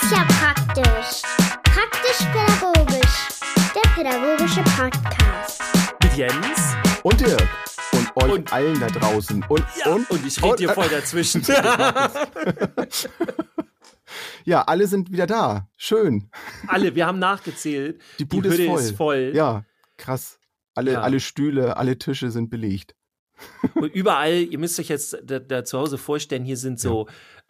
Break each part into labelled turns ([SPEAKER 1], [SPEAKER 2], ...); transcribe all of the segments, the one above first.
[SPEAKER 1] ist ja praktisch. Praktisch-pädagogisch. Der pädagogische Podcast.
[SPEAKER 2] Mit Jens
[SPEAKER 3] und Dirk und euch allen da draußen. Und
[SPEAKER 2] ich rede dir voll dazwischen.
[SPEAKER 3] Ja, alle sind wieder da. Schön.
[SPEAKER 2] Alle, wir haben nachgezählt.
[SPEAKER 3] Die Bude ist voll. Ja, krass. Alle Stühle, alle Tische sind belegt.
[SPEAKER 2] Und überall, ihr müsst euch jetzt da zu Hause vorstellen, hier sind so,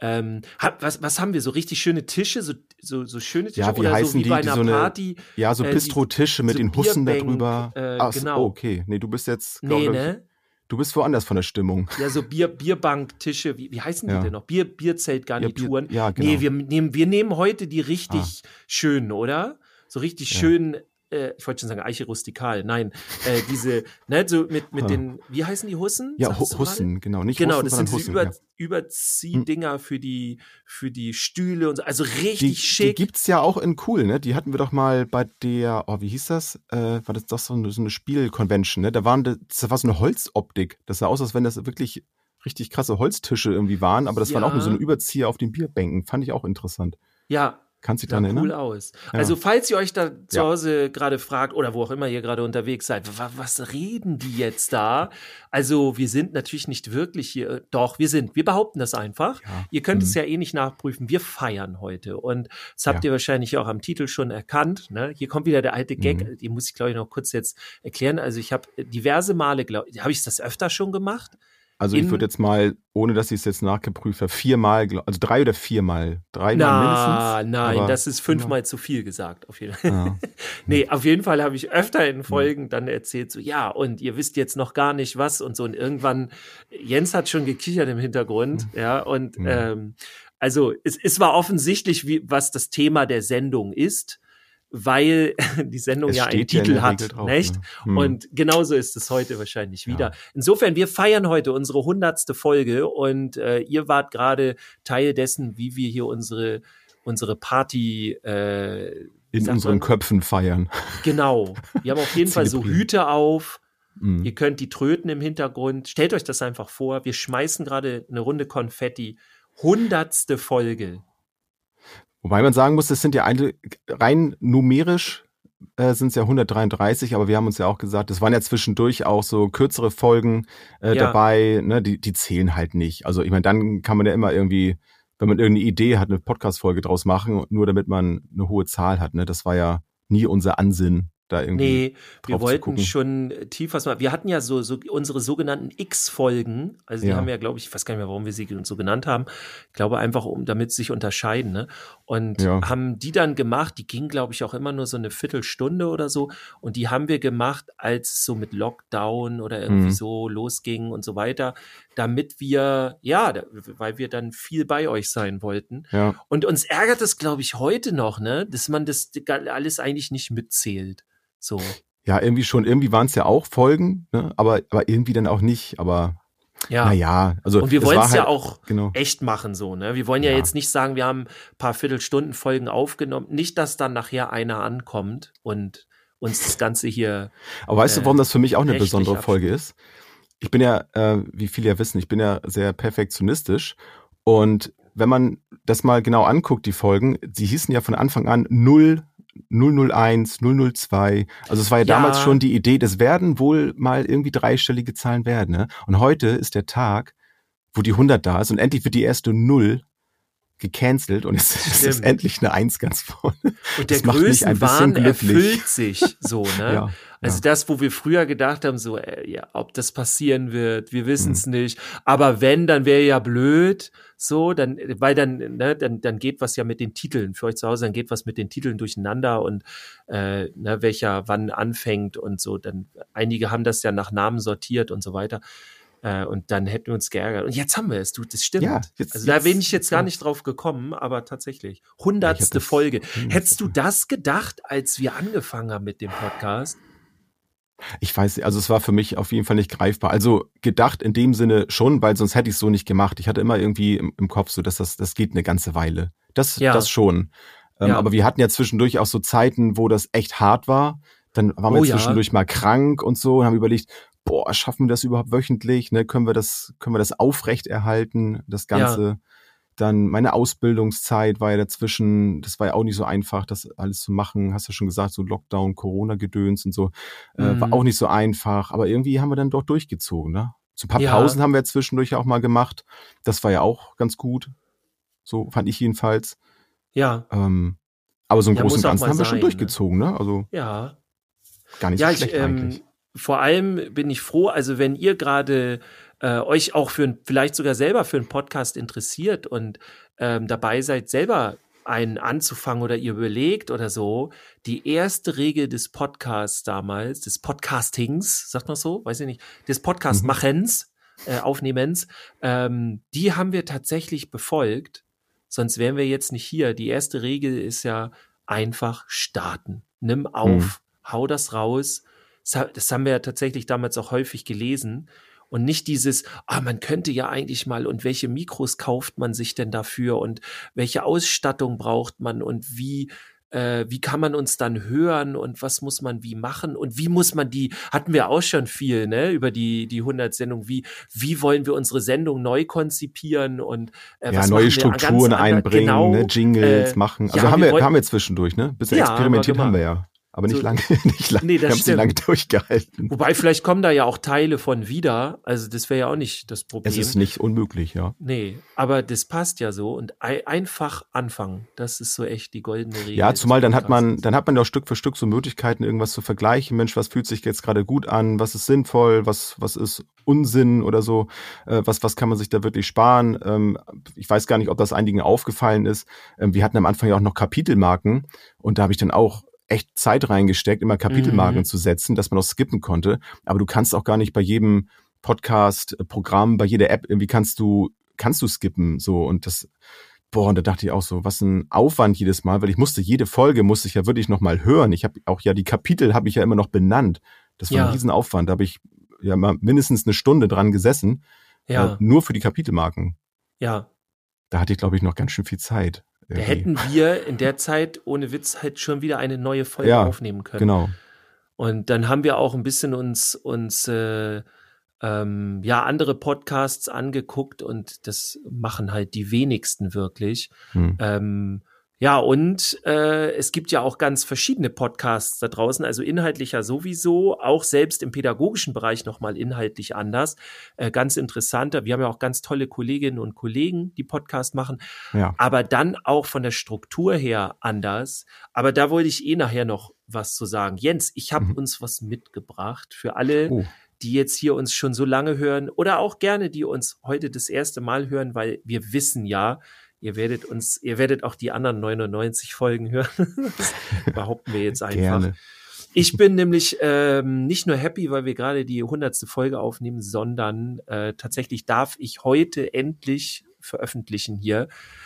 [SPEAKER 2] was haben wir, so richtig schöne Tische, so schöne Tische,
[SPEAKER 3] ja, wie
[SPEAKER 2] oder
[SPEAKER 3] heißen
[SPEAKER 2] so wie bei
[SPEAKER 3] die
[SPEAKER 2] einer Party.
[SPEAKER 3] Ja, so Bistro-Tische mit
[SPEAKER 2] so
[SPEAKER 3] den Hussen da
[SPEAKER 2] Bierbank,
[SPEAKER 3] drüber. Ach,
[SPEAKER 2] genau.
[SPEAKER 3] Okay. Nee, du bist jetzt,
[SPEAKER 2] ne?
[SPEAKER 3] Du bist woanders von der Stimmung.
[SPEAKER 2] Ja, so Bierbanktische, wie heißen die denn noch? Bierzeltgarnituren.
[SPEAKER 3] Ja, genau.
[SPEAKER 2] Nee, wir nehmen heute die richtig schönen, oder? So richtig schön, ich wollte schon sagen Eiche rustikal, nein, diese, ne, so mit den, wie heißen die Hussen?
[SPEAKER 3] Ja, Hussen, genau, nicht
[SPEAKER 2] genau,
[SPEAKER 3] Hussen,
[SPEAKER 2] das sind
[SPEAKER 3] sondern
[SPEAKER 2] diese Überziehdinger für die Stühle und so, also richtig schick.
[SPEAKER 3] Die gibt's ja auch in cool, ne? Die hatten wir doch mal bei der, wie hieß das? War das doch so eine Spielconvention, ne? Das war so eine Holzoptik. Das sah aus, als wenn das wirklich richtig krasse Holztische irgendwie waren, aber das waren auch nur so eine Überzieher auf den Bierbänken. Fand ich auch interessant.
[SPEAKER 2] Ja.
[SPEAKER 3] Kannst du dich daran erinnern?
[SPEAKER 2] Cool aus. Ja. Also falls ihr euch da zu Hause gerade fragt oder wo auch immer ihr gerade unterwegs seid, was reden die jetzt da? Also wir sind natürlich nicht wirklich hier, doch, wir behaupten das einfach. Ja. Ihr könnt es ja eh nicht nachprüfen, wir feiern heute und das habt ihr wahrscheinlich auch am Titel schon erkannt. Ne? Hier kommt wieder der alte Gag, den muss ich glaube ich noch kurz jetzt erklären. Also ich habe diverse Male, habe ich das öfter schon gemacht?
[SPEAKER 3] Also ich würde jetzt mal, ohne dass ich es jetzt nachgeprüft habe, 4-mal, also 3 oder 4-mal. 3-mal mindestens.
[SPEAKER 2] Nein, das ist 5-mal zu viel gesagt. Auf jeden Fall. Ja. Nee, auf jeden Fall habe ich öfter in Folgen dann erzählt, so ja, und ihr wisst jetzt noch gar nicht was und so. Und irgendwann, Jens hat schon gekichert im Hintergrund, und also es war offensichtlich, was das Thema der Sendung ist, weil die Sendung ja einen Titel hat, drauf, nicht? Ne? Und genauso ist es heute wahrscheinlich wieder. Ja. Insofern, wir feiern heute unsere 100. Folge und ihr wart gerade Teil dessen, wie wir hier unsere Party
[SPEAKER 3] in unseren Köpfen feiern.
[SPEAKER 2] Genau. Wir haben auf jeden Fall so Hüte auf. Ihr könnt die Tröten im Hintergrund. Stellt euch das einfach vor. Wir schmeißen gerade eine Runde Konfetti. 100. Folge.
[SPEAKER 3] Wobei man sagen muss, das sind ja rein numerisch sind es ja 133, aber wir haben uns ja auch gesagt, es waren ja zwischendurch auch so kürzere Folgen dabei, ne, die zählen halt nicht. Also ich meine, dann kann man ja immer irgendwie, wenn man irgendeine Idee hat, eine Podcast-Folge draus machen, nur damit man eine hohe Zahl hat. Ne? Das war ja nie unser Ansinn. Da irgendwie
[SPEAKER 2] wir wollten schon tiefer was machen. Wir hatten ja so unsere sogenannten X-Folgen, also die haben ja, glaube ich weiß gar nicht mehr, warum wir sie so genannt haben. Ich glaube einfach, damit sie sich unterscheiden, ne? Und haben die dann gemacht, die gingen, glaube ich, auch immer nur so eine Viertelstunde oder so. Und die haben wir gemacht, als es so mit Lockdown oder irgendwie so losging und so weiter, damit wir, weil wir dann viel bei euch sein wollten. Ja. Und uns ärgert es, glaube ich, heute noch, ne, dass man das alles eigentlich nicht mitzählt. So.
[SPEAKER 3] Ja, irgendwie schon. Irgendwie waren es ja auch Folgen, ne? aber irgendwie dann auch nicht. Aber naja. Also
[SPEAKER 2] und wir wollen es ja auch echt machen, so. Ne? Wir wollen ja jetzt nicht sagen, wir haben ein paar Viertelstunden Folgen aufgenommen. Nicht, dass dann nachher einer ankommt und uns das Ganze hier.
[SPEAKER 3] Aber weißt du, warum das für mich auch eine besondere Folge ist? Ich bin ja, wie viele ja wissen, ich bin ja sehr perfektionistisch. Und wenn man das mal genau anguckt, die Folgen, sie hießen ja von Anfang an 001, 002. Also es war ja damals schon die Idee, das werden wohl mal irgendwie dreistellige Zahlen werden. Ne? Und heute ist der Tag, wo die 100 da ist und endlich wird die erste 0 gecancelt und es ist endlich eine 1 ganz vorne.
[SPEAKER 2] Und der Größenwahn erfüllt sich so, ne? Also das, wo wir früher gedacht haben, so, ob das passieren wird, wir wissen es nicht. Aber wenn, dann wäre ja blöd, so, dann, weil dann geht was ja mit den Titeln für euch zu Hause, dann geht was mit den Titeln durcheinander und welcher wann anfängt und so. Dann einige haben das ja nach Namen sortiert und so weiter. Und dann hätten wir uns geärgert. Und jetzt haben wir es, das stimmt. Ja, also da bin ich jetzt gar nicht drauf gekommen, aber tatsächlich. 100. Folge. Hättest du das gedacht, als wir angefangen haben mit dem Podcast?
[SPEAKER 3] Ich weiß, also es war für mich auf jeden Fall nicht greifbar. Also gedacht in dem Sinne schon, weil sonst hätte ich es so nicht gemacht. Ich hatte immer irgendwie im Kopf so, dass das geht eine ganze Weile. Das schon. Aber wir hatten ja zwischendurch auch so Zeiten, wo das echt hart war. Dann waren wir zwischendurch mal krank und so und haben überlegt, schaffen wir das überhaupt wöchentlich? Ne? Können wir das aufrechterhalten, das Ganze? Dann meine Ausbildungszeit war ja dazwischen, das war ja auch nicht so einfach, das alles zu machen. Hast du schon gesagt, so Lockdown, Corona-Gedöns und so, war auch nicht so einfach. Aber irgendwie haben wir dann doch durchgezogen, ne? So ein paar Pausen haben wir zwischendurch auch mal gemacht. Das war ja auch ganz gut. So fand ich jedenfalls.
[SPEAKER 2] Ja.
[SPEAKER 3] Aber so im Großen und Ganzen haben wir schon durchgezogen, ne? Also gar nicht so schlecht eigentlich.
[SPEAKER 2] Vor allem bin ich froh, also wenn ihr gerade euch auch vielleicht sogar selber für einen Podcast interessiert und dabei seid, selber einen anzufangen oder ihr überlegt oder so, die erste Regel des Podcasts damals, des Podcastings, sagt man so, weiß ich nicht, des Podcastmachens, Aufnehmens, die haben wir tatsächlich befolgt, sonst wären wir jetzt nicht hier. Die erste Regel ist ja einfach starten. Nimm auf, hau das raus. Das haben wir ja tatsächlich damals auch häufig gelesen. Und nicht dieses, man könnte ja eigentlich mal, und welche Mikros kauft man sich denn dafür und welche Ausstattung braucht man und wie kann man uns dann hören und was muss man wie machen und wie muss man hatten wir auch schon viel, ne, über die 100-Sendung, wie wollen wir unsere Sendung neu konzipieren und was
[SPEAKER 3] neue Strukturen einbringen, genau, ne, Jingles machen. Also haben wir zwischendurch, ne? Bisschen experimentiert haben wir ja. Aber nicht lange. Nee, das stimmt. Lange durchgehalten.
[SPEAKER 2] Wobei, vielleicht kommen da ja auch Teile von wieder. Also das wäre ja auch nicht das Problem.
[SPEAKER 3] Es ist nicht unmöglich, ja.
[SPEAKER 2] Nee, aber das passt ja so. Und einfach anfangen. Das ist so echt die goldene Regel.
[SPEAKER 3] Ja, zumal dann hat man ja Stück für Stück so Möglichkeiten, irgendwas zu vergleichen. Mensch, was fühlt sich jetzt gerade gut an? Was ist sinnvoll? Was ist Unsinn oder so? Was kann man sich da wirklich sparen? Ich weiß gar nicht, ob das einigen aufgefallen ist. Wir hatten am Anfang ja auch noch Kapitelmarken. Und da habe ich dann auch echt Zeit reingesteckt, immer Kapitelmarken zu setzen, dass man auch skippen konnte. Aber du kannst auch gar nicht bei jedem Podcast-Programm, bei jeder App, irgendwie kannst du skippen, so. Und und da dachte ich auch so, was ein Aufwand jedes Mal, weil jede Folge musste ich ja wirklich nochmal hören. Ich habe auch die Kapitel habe ich ja immer noch benannt. Das war ein Riesenaufwand. Da habe ich ja mal mindestens eine Stunde dran gesessen. Nur für die Kapitelmarken.
[SPEAKER 2] Ja.
[SPEAKER 3] Da hatte ich, glaube ich, noch ganz schön viel Zeit.
[SPEAKER 2] Da hätten wir in der Zeit ohne Witz halt schon wieder eine neue Folge aufnehmen können.
[SPEAKER 3] Genau.
[SPEAKER 2] Und dann haben wir auch ein bisschen uns andere Podcasts angeguckt und das machen halt die wenigsten wirklich. Es gibt ja auch ganz verschiedene Podcasts da draußen, also inhaltlich ja sowieso, auch selbst im pädagogischen Bereich nochmal inhaltlich anders. Ganz interessanter. Wir haben ja auch ganz tolle Kolleginnen und Kollegen, die Podcast machen, aber dann auch von der Struktur her anders. Aber da wollte ich nachher noch was zu sagen. Jens, ich habe uns was mitgebracht für alle, die jetzt hier uns schon so lange hören oder auch gerne, die uns heute das erste Mal hören, weil wir wissen ja, ihr werdet auch die anderen 99 Folgen hören. Das behaupten wir jetzt einfach.
[SPEAKER 3] Gerne.
[SPEAKER 2] Ich bin nämlich nicht nur happy, weil wir gerade die 100. Folge aufnehmen, sondern tatsächlich darf ich heute endlich veröffentlichen hier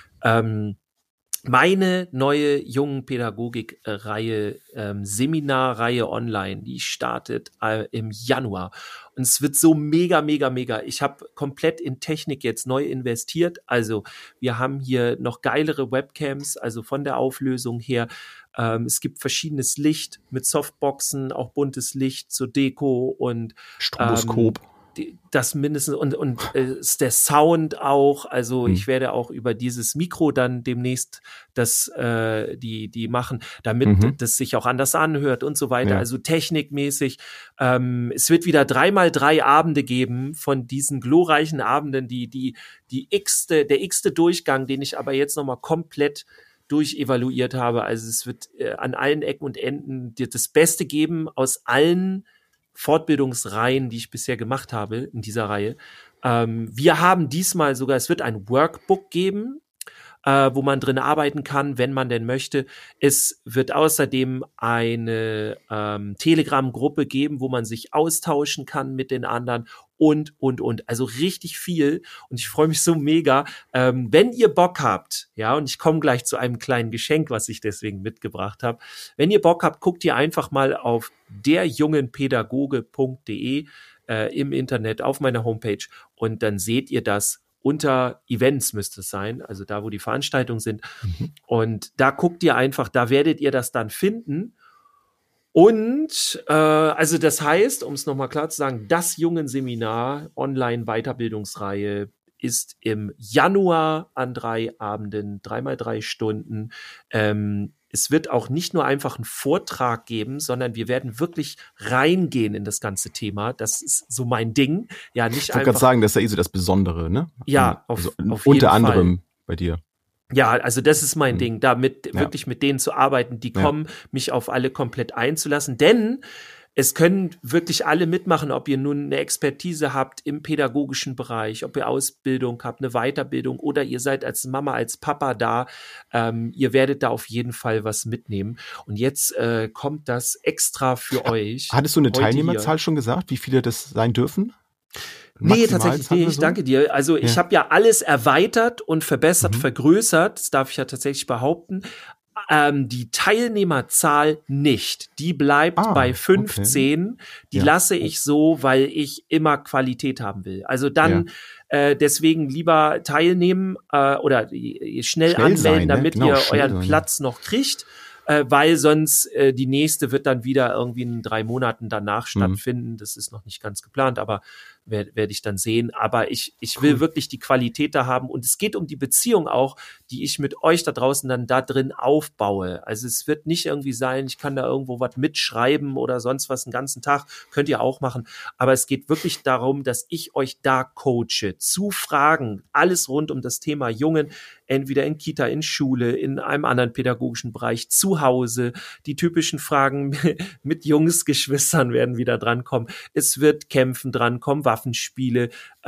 [SPEAKER 2] meine neue Jungen-Pädagogik-Reihe, Seminarreihe online, die startet im Januar. Und es wird so mega, mega, mega. Ich habe komplett in Technik jetzt neu investiert. Also wir haben hier noch geilere Webcams, also von der Auflösung her. Es gibt verschiedenes Licht mit Softboxen, auch buntes Licht zur Deko und
[SPEAKER 3] Stroboskop.
[SPEAKER 2] Das mindestens und der Sound auch, also ich werde auch über dieses Mikro dann demnächst die machen, damit das sich auch anders anhört und so weiter, also technikmäßig. Es wird wieder 3x3 Abende geben von diesen glorreichen Abenden, der x-te Durchgang, den ich aber jetzt nochmal komplett durchevaluiert habe. Also es wird an allen Ecken und Enden dir das Beste geben aus allen Fortbildungsreihen, die ich bisher gemacht habe in dieser Reihe. Wir haben diesmal sogar, es wird ein Workbook geben, wo man drin arbeiten kann, wenn man denn möchte. Es wird außerdem eine Telegram-Gruppe geben, wo man sich austauschen kann mit den anderen und. Also richtig viel. Und ich freue mich so mega. Wenn ihr Bock habt, ja, und ich komme gleich zu einem kleinen Geschenk, was ich deswegen mitgebracht habe. Wenn ihr Bock habt, guckt ihr einfach mal auf derjungenpädagoge.de im Internet auf meiner Homepage und dann seht ihr das. Unter Events müsste es sein, also da, wo die Veranstaltungen sind. Und da guckt ihr einfach, da werdet ihr das dann finden. Und also das heißt, um es nochmal klar zu sagen, das Jungen-Seminar, Online-Weiterbildungsreihe ist im Januar an 3 Abenden, 3x3 Stunden. Es wird auch nicht nur einfach einen Vortrag geben, sondern wir werden wirklich reingehen in das ganze Thema. Das ist so mein Ding. Ja, nicht
[SPEAKER 3] ich wollte gerade sagen, das ist ja so das Besondere, ne?
[SPEAKER 2] Ja,
[SPEAKER 3] auf unter anderem bei dir.
[SPEAKER 2] Ja, also das ist mein Ding, wirklich mit denen zu arbeiten, die kommen, mich auf alle komplett einzulassen, denn es können wirklich alle mitmachen, ob ihr nun eine Expertise habt im pädagogischen Bereich, ob ihr Ausbildung habt, eine Weiterbildung oder ihr seid als Mama, als Papa da. Ihr werdet da auf jeden Fall was mitnehmen. Und jetzt kommt das extra für euch.
[SPEAKER 3] Hattest du eine Teilnehmerzahl schon gesagt, wie viele das sein dürfen?
[SPEAKER 2] Nee, tatsächlich nicht. Danke dir. Also ich habe ja alles erweitert und verbessert, vergrößert. Das darf ich ja tatsächlich behaupten. Die Teilnehmerzahl nicht. Die bleibt bei 15. Okay. Die lasse ich so, weil ich immer Qualität haben will. Also dann deswegen lieber teilnehmen oder schnell anmelden, sein, ne? Damit ihr euren Platz noch kriegt. Weil sonst die nächste wird dann wieder irgendwie in 3 Monaten danach stattfinden. Das ist noch nicht ganz geplant, aber werde ich dann sehen. Aber ich will wirklich die Qualität da haben. Und es geht um die Beziehung auch, die ich mit euch da draußen dann da drin aufbaue. Also es wird nicht irgendwie sein, ich kann da irgendwo was mitschreiben oder sonst was den ganzen Tag. Könnt ihr auch machen. Aber es geht wirklich darum, dass ich euch da coache zu Fragen. Alles rund um das Thema Jungen, entweder in Kita, in Schule, in einem anderen pädagogischen Bereich, zu Hause. Die typischen Fragen mit Jungsgeschwistern werden wieder drankommen. Es wird Kämpfen drankommen, Waffenspiele,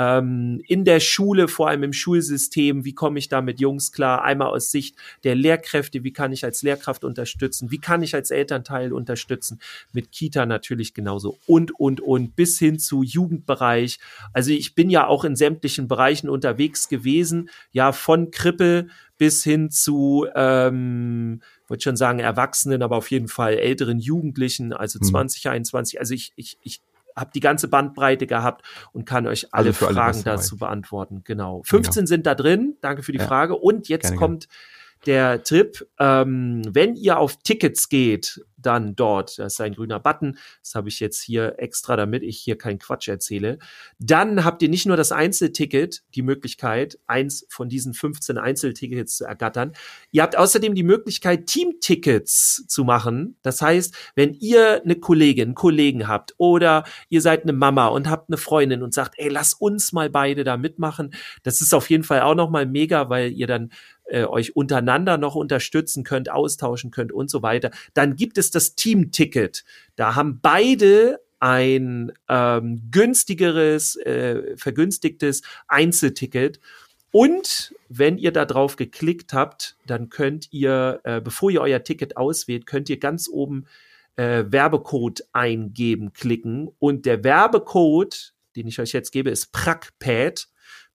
[SPEAKER 2] in der Schule, vor allem im Schulsystem, wie komme ich da mit Jungs klar, einmal aus Sicht der Lehrkräfte, wie kann ich als Lehrkraft unterstützen, wie kann ich als Elternteil unterstützen, mit Kita natürlich genauso und, bis hin zu Jugendbereich. Also ich bin ja auch in sämtlichen Bereichen unterwegs gewesen, ja, von Krippe bis hin zu, würde schon sagen, Erwachsenen, aber auf jeden Fall älteren Jugendlichen, also 2021, also ich habe die ganze Bandbreite gehabt und kann euch alle Fragen dazu beantworten. Genau. 15 sind da drin. Danke für die Frage. Und jetzt kommt der Tipp, wenn ihr auf Tickets geht, dann dort, das ist ein grüner Button, das habe ich jetzt hier extra, damit ich hier keinen Quatsch erzähle, dann habt ihr nicht nur das Einzelticket, die Möglichkeit, eins von diesen 15 Einzeltickets zu ergattern, ihr habt außerdem die Möglichkeit, Teamtickets zu machen. Das heißt, wenn ihr eine Kollegin, einen Kollegen habt oder ihr seid eine Mama und habt eine Freundin und sagt, ey, lass uns mal beide da mitmachen, das ist auf jeden Fall auch nochmal mega, weil ihr dann euch untereinander noch unterstützen könnt, austauschen könnt und so weiter, dann gibt es das Team-Ticket. Da haben beide ein günstigeres, vergünstigtes Einzelticket. Und wenn ihr da drauf geklickt habt, dann könnt ihr, bevor ihr euer Ticket auswählt, könnt ihr ganz oben Werbecode eingeben, klicken. Und der Werbecode, den ich euch jetzt gebe, ist PRAKPAD.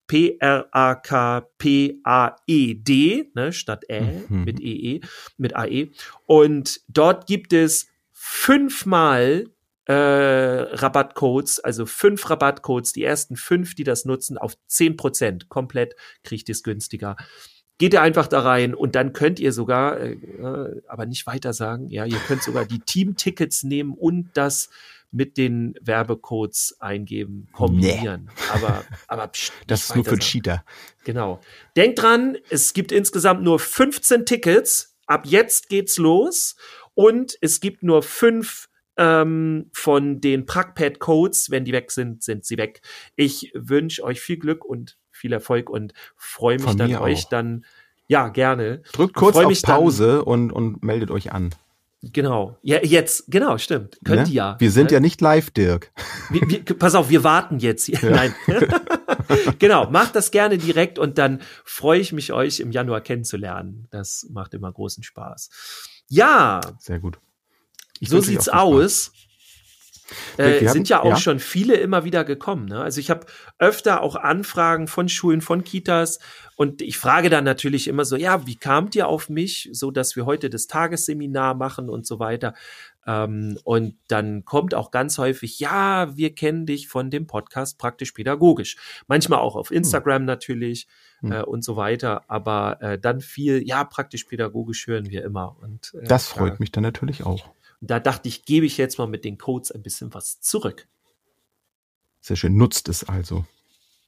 [SPEAKER 2] PRAKPAED, ne, statt mit EE, mit AE. Und dort gibt es 5-mal Rabattcodes, also 5 Rabattcodes, die ersten 5, die das nutzen, auf 10%. Komplett kriegt ihr es günstiger. Geht ihr einfach da rein und dann könnt ihr sogar, aber nicht weiter sagen, ja, ihr könnt sogar die Team-Tickets nehmen und das mit den Werbecodes eingeben, kombinieren. Nee. Aber
[SPEAKER 3] das ist nur für Cheater.
[SPEAKER 2] Genau. Denkt dran, es gibt insgesamt nur 15 Tickets. Ab jetzt geht's los. Und es gibt nur 5 von den PRAKPAD-Codes. Wenn die weg sind, sind sie weg. Ich wünsche euch viel Glück und viel Erfolg und freue mich dann, euch dann, ja, gerne.
[SPEAKER 3] Drückt kurz auf Pause und meldet euch an.
[SPEAKER 2] Genau. Ja, jetzt, genau, stimmt. Könnt ihr ja.
[SPEAKER 3] Wir sind ja nicht live, Dirk.
[SPEAKER 2] Pass auf, wir warten jetzt. Ja. Nein. Genau, macht das gerne direkt und dann freue ich mich, euch im Januar kennenzulernen. Das macht immer großen Spaß. Ja.
[SPEAKER 3] Sehr gut.
[SPEAKER 2] So sieht's aus. Sind ja auch schon viele immer wieder gekommen. Ne? Also ich habe öfter auch Anfragen von Schulen, von Kitas und ich frage dann natürlich immer so, ja, wie kamt ihr auf mich, so dass wir heute das Tagesseminar machen und so weiter. Und dann kommt auch ganz häufig, ja, wir kennen dich von dem Podcast Praktisch-Pädagogisch. Manchmal auch auf Instagram natürlich und so weiter, aber dann viel, ja, Praktisch-Pädagogisch hören wir immer. Und
[SPEAKER 3] das freut mich dann natürlich auch.
[SPEAKER 2] Da dachte ich, gebe ich jetzt mal mit den Codes ein bisschen was zurück.
[SPEAKER 3] Sehr schön, nutzt es also.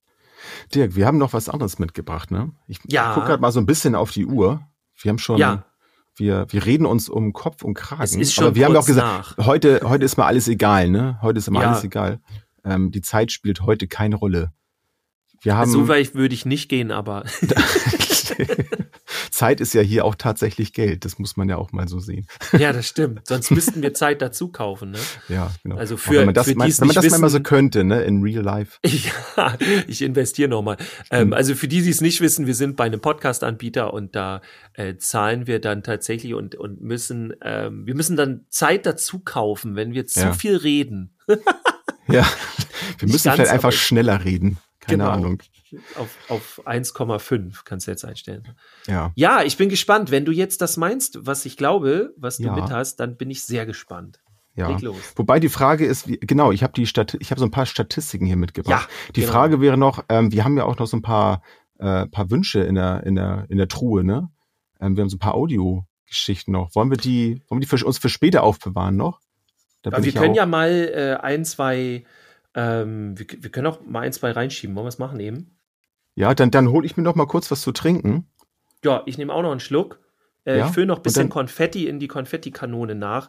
[SPEAKER 3] Dirk, wir haben noch was anderes mitgebracht, ne? Ich gucke gerade mal so ein bisschen auf die Uhr. Wir haben schon, wir reden uns um Kopf und Kragen.
[SPEAKER 2] Es ist schon
[SPEAKER 3] aber wir haben auch gesagt, heute ist mal alles egal, ne? Heute ist immer alles egal. Die Zeit spielt heute keine Rolle. Wir haben,
[SPEAKER 2] so weit würde ich nicht gehen, aber
[SPEAKER 3] Zeit ist ja hier auch tatsächlich Geld. Das muss man ja auch mal so sehen.
[SPEAKER 2] Ja, das stimmt. Sonst müssten wir Zeit dazu kaufen, ne?
[SPEAKER 3] Ja, genau.
[SPEAKER 2] Also
[SPEAKER 3] wenn man das mal so könnte, ne, in real life.
[SPEAKER 2] Ja, ich investiere nochmal. Also für die es nicht wissen, wir sind bei einem Podcast-Anbieter und da zahlen wir dann tatsächlich und müssen, wir müssen dann Zeit dazu kaufen, wenn wir zu viel reden.
[SPEAKER 3] Ja, wir müssen vielleicht einfach schneller reden. Keine Ahnung.
[SPEAKER 2] Auf 1,5 kannst du jetzt einstellen.
[SPEAKER 3] Ja,
[SPEAKER 2] ich bin gespannt. Wenn du jetzt das meinst, was ich glaube, was du mit hast, dann bin ich sehr gespannt.
[SPEAKER 3] Ja.
[SPEAKER 2] Leg los.
[SPEAKER 3] Wobei die Frage ist, ich habe so ein paar Statistiken hier mitgebracht.
[SPEAKER 2] Ja,
[SPEAKER 3] die Frage wäre noch, wir haben ja auch noch so ein paar Wünsche in der Truhe, ne? Wir haben so ein paar Audiogeschichten noch. Wollen wir die für uns für später aufbewahren noch?
[SPEAKER 2] Wir können ja mal ein, zwei wir können auch mal 1, 2 reinschieben. Wollen wir es machen eben?
[SPEAKER 3] Ja, dann hole ich mir noch mal kurz was zu trinken.
[SPEAKER 2] Ja, ich nehme auch noch einen Schluck. Ich fülle noch ein bisschen Konfetti in die Konfettikanone nach.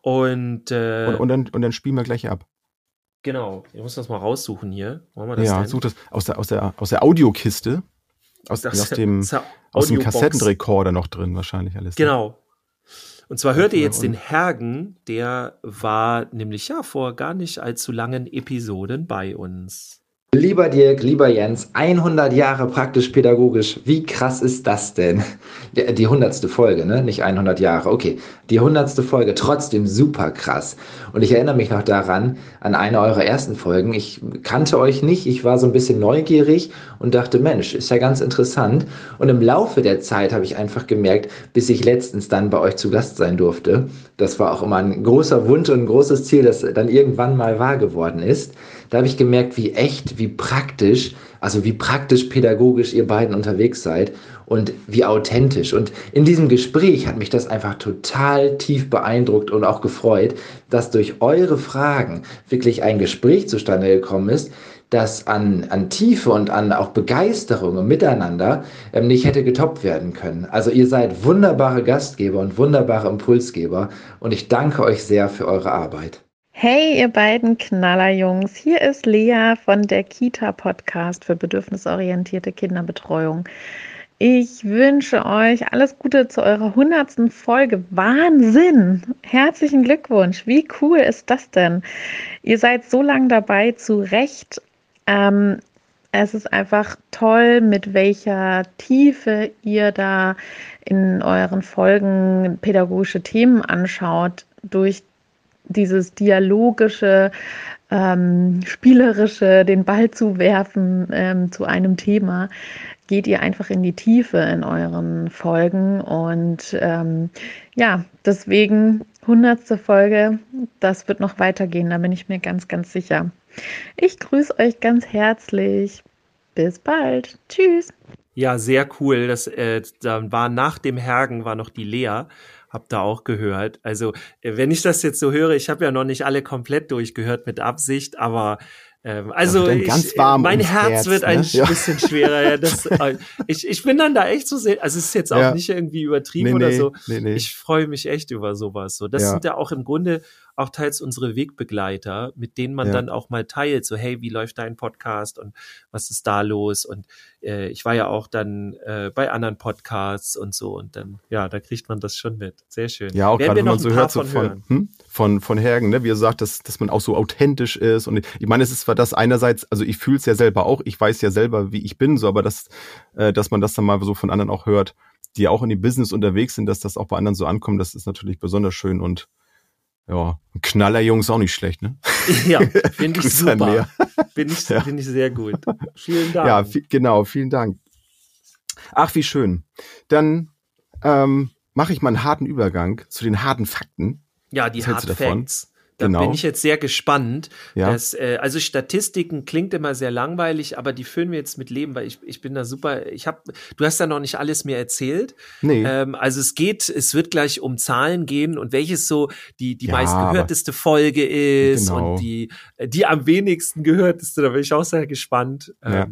[SPEAKER 2] Und
[SPEAKER 3] dann spielen wir gleich ab.
[SPEAKER 2] Genau. Ich muss das mal raussuchen hier. Wollen wir das
[SPEAKER 3] denn? Such das aus der Audiokiste. Aus dem Kassettenrekorder noch drin wahrscheinlich alles.
[SPEAKER 2] Genau. Und zwar hört ihr jetzt den Hergen, der war nämlich vor gar nicht allzu langen Episoden bei uns.
[SPEAKER 4] Lieber Dirk, lieber Jens, 100 Jahre praktisch-pädagogisch, wie krass ist das denn? Die 100. Folge, ne? Nicht 100 Jahre, okay. Die 100. Folge, trotzdem super krass. Und ich erinnere mich noch daran, an eine eurer ersten Folgen. Ich kannte euch nicht, ich war so ein bisschen neugierig und dachte, Mensch, ist ja ganz interessant. Und im Laufe der Zeit habe ich einfach gemerkt, bis ich letztens dann bei euch zu Gast sein durfte. Das war auch immer ein großer Wunsch und ein großes Ziel, das dann irgendwann mal wahr geworden ist. Da habe ich gemerkt, wie echt, wie praktisch pädagogisch ihr beiden unterwegs seid und wie authentisch. Und in diesem Gespräch hat mich das einfach total tief beeindruckt und auch gefreut, dass durch eure Fragen wirklich ein Gespräch zustande gekommen ist, das an Tiefe und an auch Begeisterung und Miteinander nicht hätte getoppt werden können. Also ihr seid wunderbare Gastgeber und wunderbare Impulsgeber und ich danke euch sehr für eure Arbeit.
[SPEAKER 5] Hey, ihr beiden Knallerjungs, hier ist Lea von der Kita-Podcast für bedürfnisorientierte Kinderbetreuung. Ich wünsche euch alles Gute zu eurer 100. Folge. Wahnsinn! Herzlichen Glückwunsch! Wie cool ist das denn? Ihr seid so lange dabei, zu Recht. Es ist einfach toll, mit welcher Tiefe ihr da in euren Folgen pädagogische Themen anschaut, durch dieses dialogische, spielerische, den Ball zu werfen zu einem Thema, geht ihr einfach in die Tiefe in euren Folgen und deswegen 100. Folge, das wird noch weitergehen, da bin ich mir ganz, ganz sicher. Ich grüße euch ganz herzlich. Bis bald. Tschüss.
[SPEAKER 2] Ja, sehr cool. Dann war nach dem Hergen war noch die Lea. Hab da auch gehört. Also, wenn ich das jetzt so höre, ich habe ja noch nicht alle komplett durchgehört mit Absicht, aber mein Herz wird ein bisschen schwerer. Ja, ich bin dann da echt so sehr, also es ist jetzt auch nicht irgendwie übertrieben oder so. Nee. Ich freue mich echt über sowas. So, das sind ja auch im Grunde auch teils unsere Wegbegleiter, mit denen man dann auch mal teilt, so hey, wie läuft dein Podcast und was ist da los? Und ich war ja auch dann bei anderen Podcasts und so und dann, da kriegt man das schon mit. Sehr schön.
[SPEAKER 3] Ja, auch gerade wenn man so hört so von Hergen, ne, wie er sagt, dass man auch so authentisch ist und ich meine, es ist zwar das einerseits, also ich fühle es ja selber auch, ich weiß ja selber, wie ich bin, so, aber dass man das dann mal so von anderen auch hört, die auch in dem Business unterwegs sind, dass das auch bei anderen so ankommt, das ist natürlich besonders schön und ja, ein Knallerjungs auch nicht schlecht, ne?
[SPEAKER 2] Ja, finde ich super. Finde ich sehr gut. Vielen Dank.
[SPEAKER 3] Ja, genau, vielen Dank. Ach, wie schön. Dann mache ich mal einen harten Übergang zu den harten Fakten.
[SPEAKER 2] Ja, die Hard Facts. Da bin ich jetzt sehr gespannt. Ja. Also Statistiken klingt immer sehr langweilig, aber die füllen wir jetzt mit Leben, weil ich bin da super. Du hast ja noch nicht alles mir erzählt. Nee. Also es wird gleich um Zahlen gehen und welches so die meistgehörteste Folge ist und die am wenigsten gehörteste. Da bin ich auch sehr gespannt.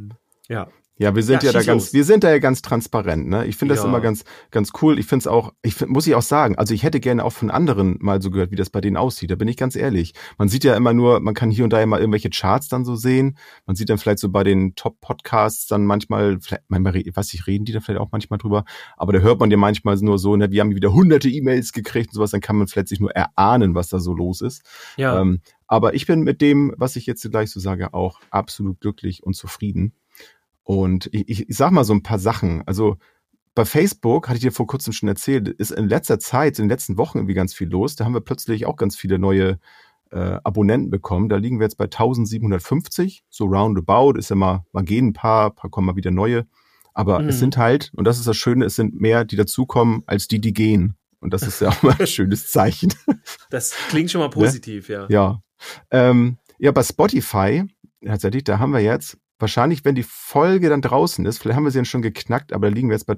[SPEAKER 2] Ja.
[SPEAKER 3] Ja, wir sind wir sind da ja ganz transparent, ne? Ich finde das immer ganz cool. Ich finde es auch, muss ich auch sagen, also ich hätte gerne auch von anderen mal so gehört, wie das bei denen aussieht. Da bin ich ganz ehrlich. Man sieht ja immer nur, man kann hier und da immer irgendwelche Charts dann so sehen. Man sieht dann vielleicht so bei den Top-Podcasts dann manchmal, reden die da vielleicht auch manchmal drüber. Aber da hört man ja manchmal nur so, ne, wir haben wieder hunderte E-Mails gekriegt und sowas, dann kann man vielleicht sich nur erahnen, was da so los ist.
[SPEAKER 2] Ja.
[SPEAKER 3] Aber ich bin mit dem, was ich jetzt gleich so sage, auch absolut glücklich und zufrieden. Und ich sag mal so ein paar Sachen. Also bei Facebook, hatte ich dir vor kurzem schon erzählt, ist in letzter Zeit, in den letzten Wochen irgendwie ganz viel los. Da haben wir plötzlich auch ganz viele neue Abonnenten bekommen. Da liegen wir jetzt bei 1750, so roundabout. Ist ja mal gehen ein paar kommen mal wieder neue. Aber es sind halt, und das ist das Schöne, es sind mehr, die dazukommen, als die gehen. Und das ist ja auch mal ein schönes Zeichen.
[SPEAKER 2] Das klingt schon mal positiv, ja.
[SPEAKER 3] Ja. Ja, bei Spotify, tatsächlich, da haben wir jetzt wahrscheinlich, wenn die Folge dann draußen ist, vielleicht haben wir sie dann schon geknackt, aber da liegen wir jetzt bei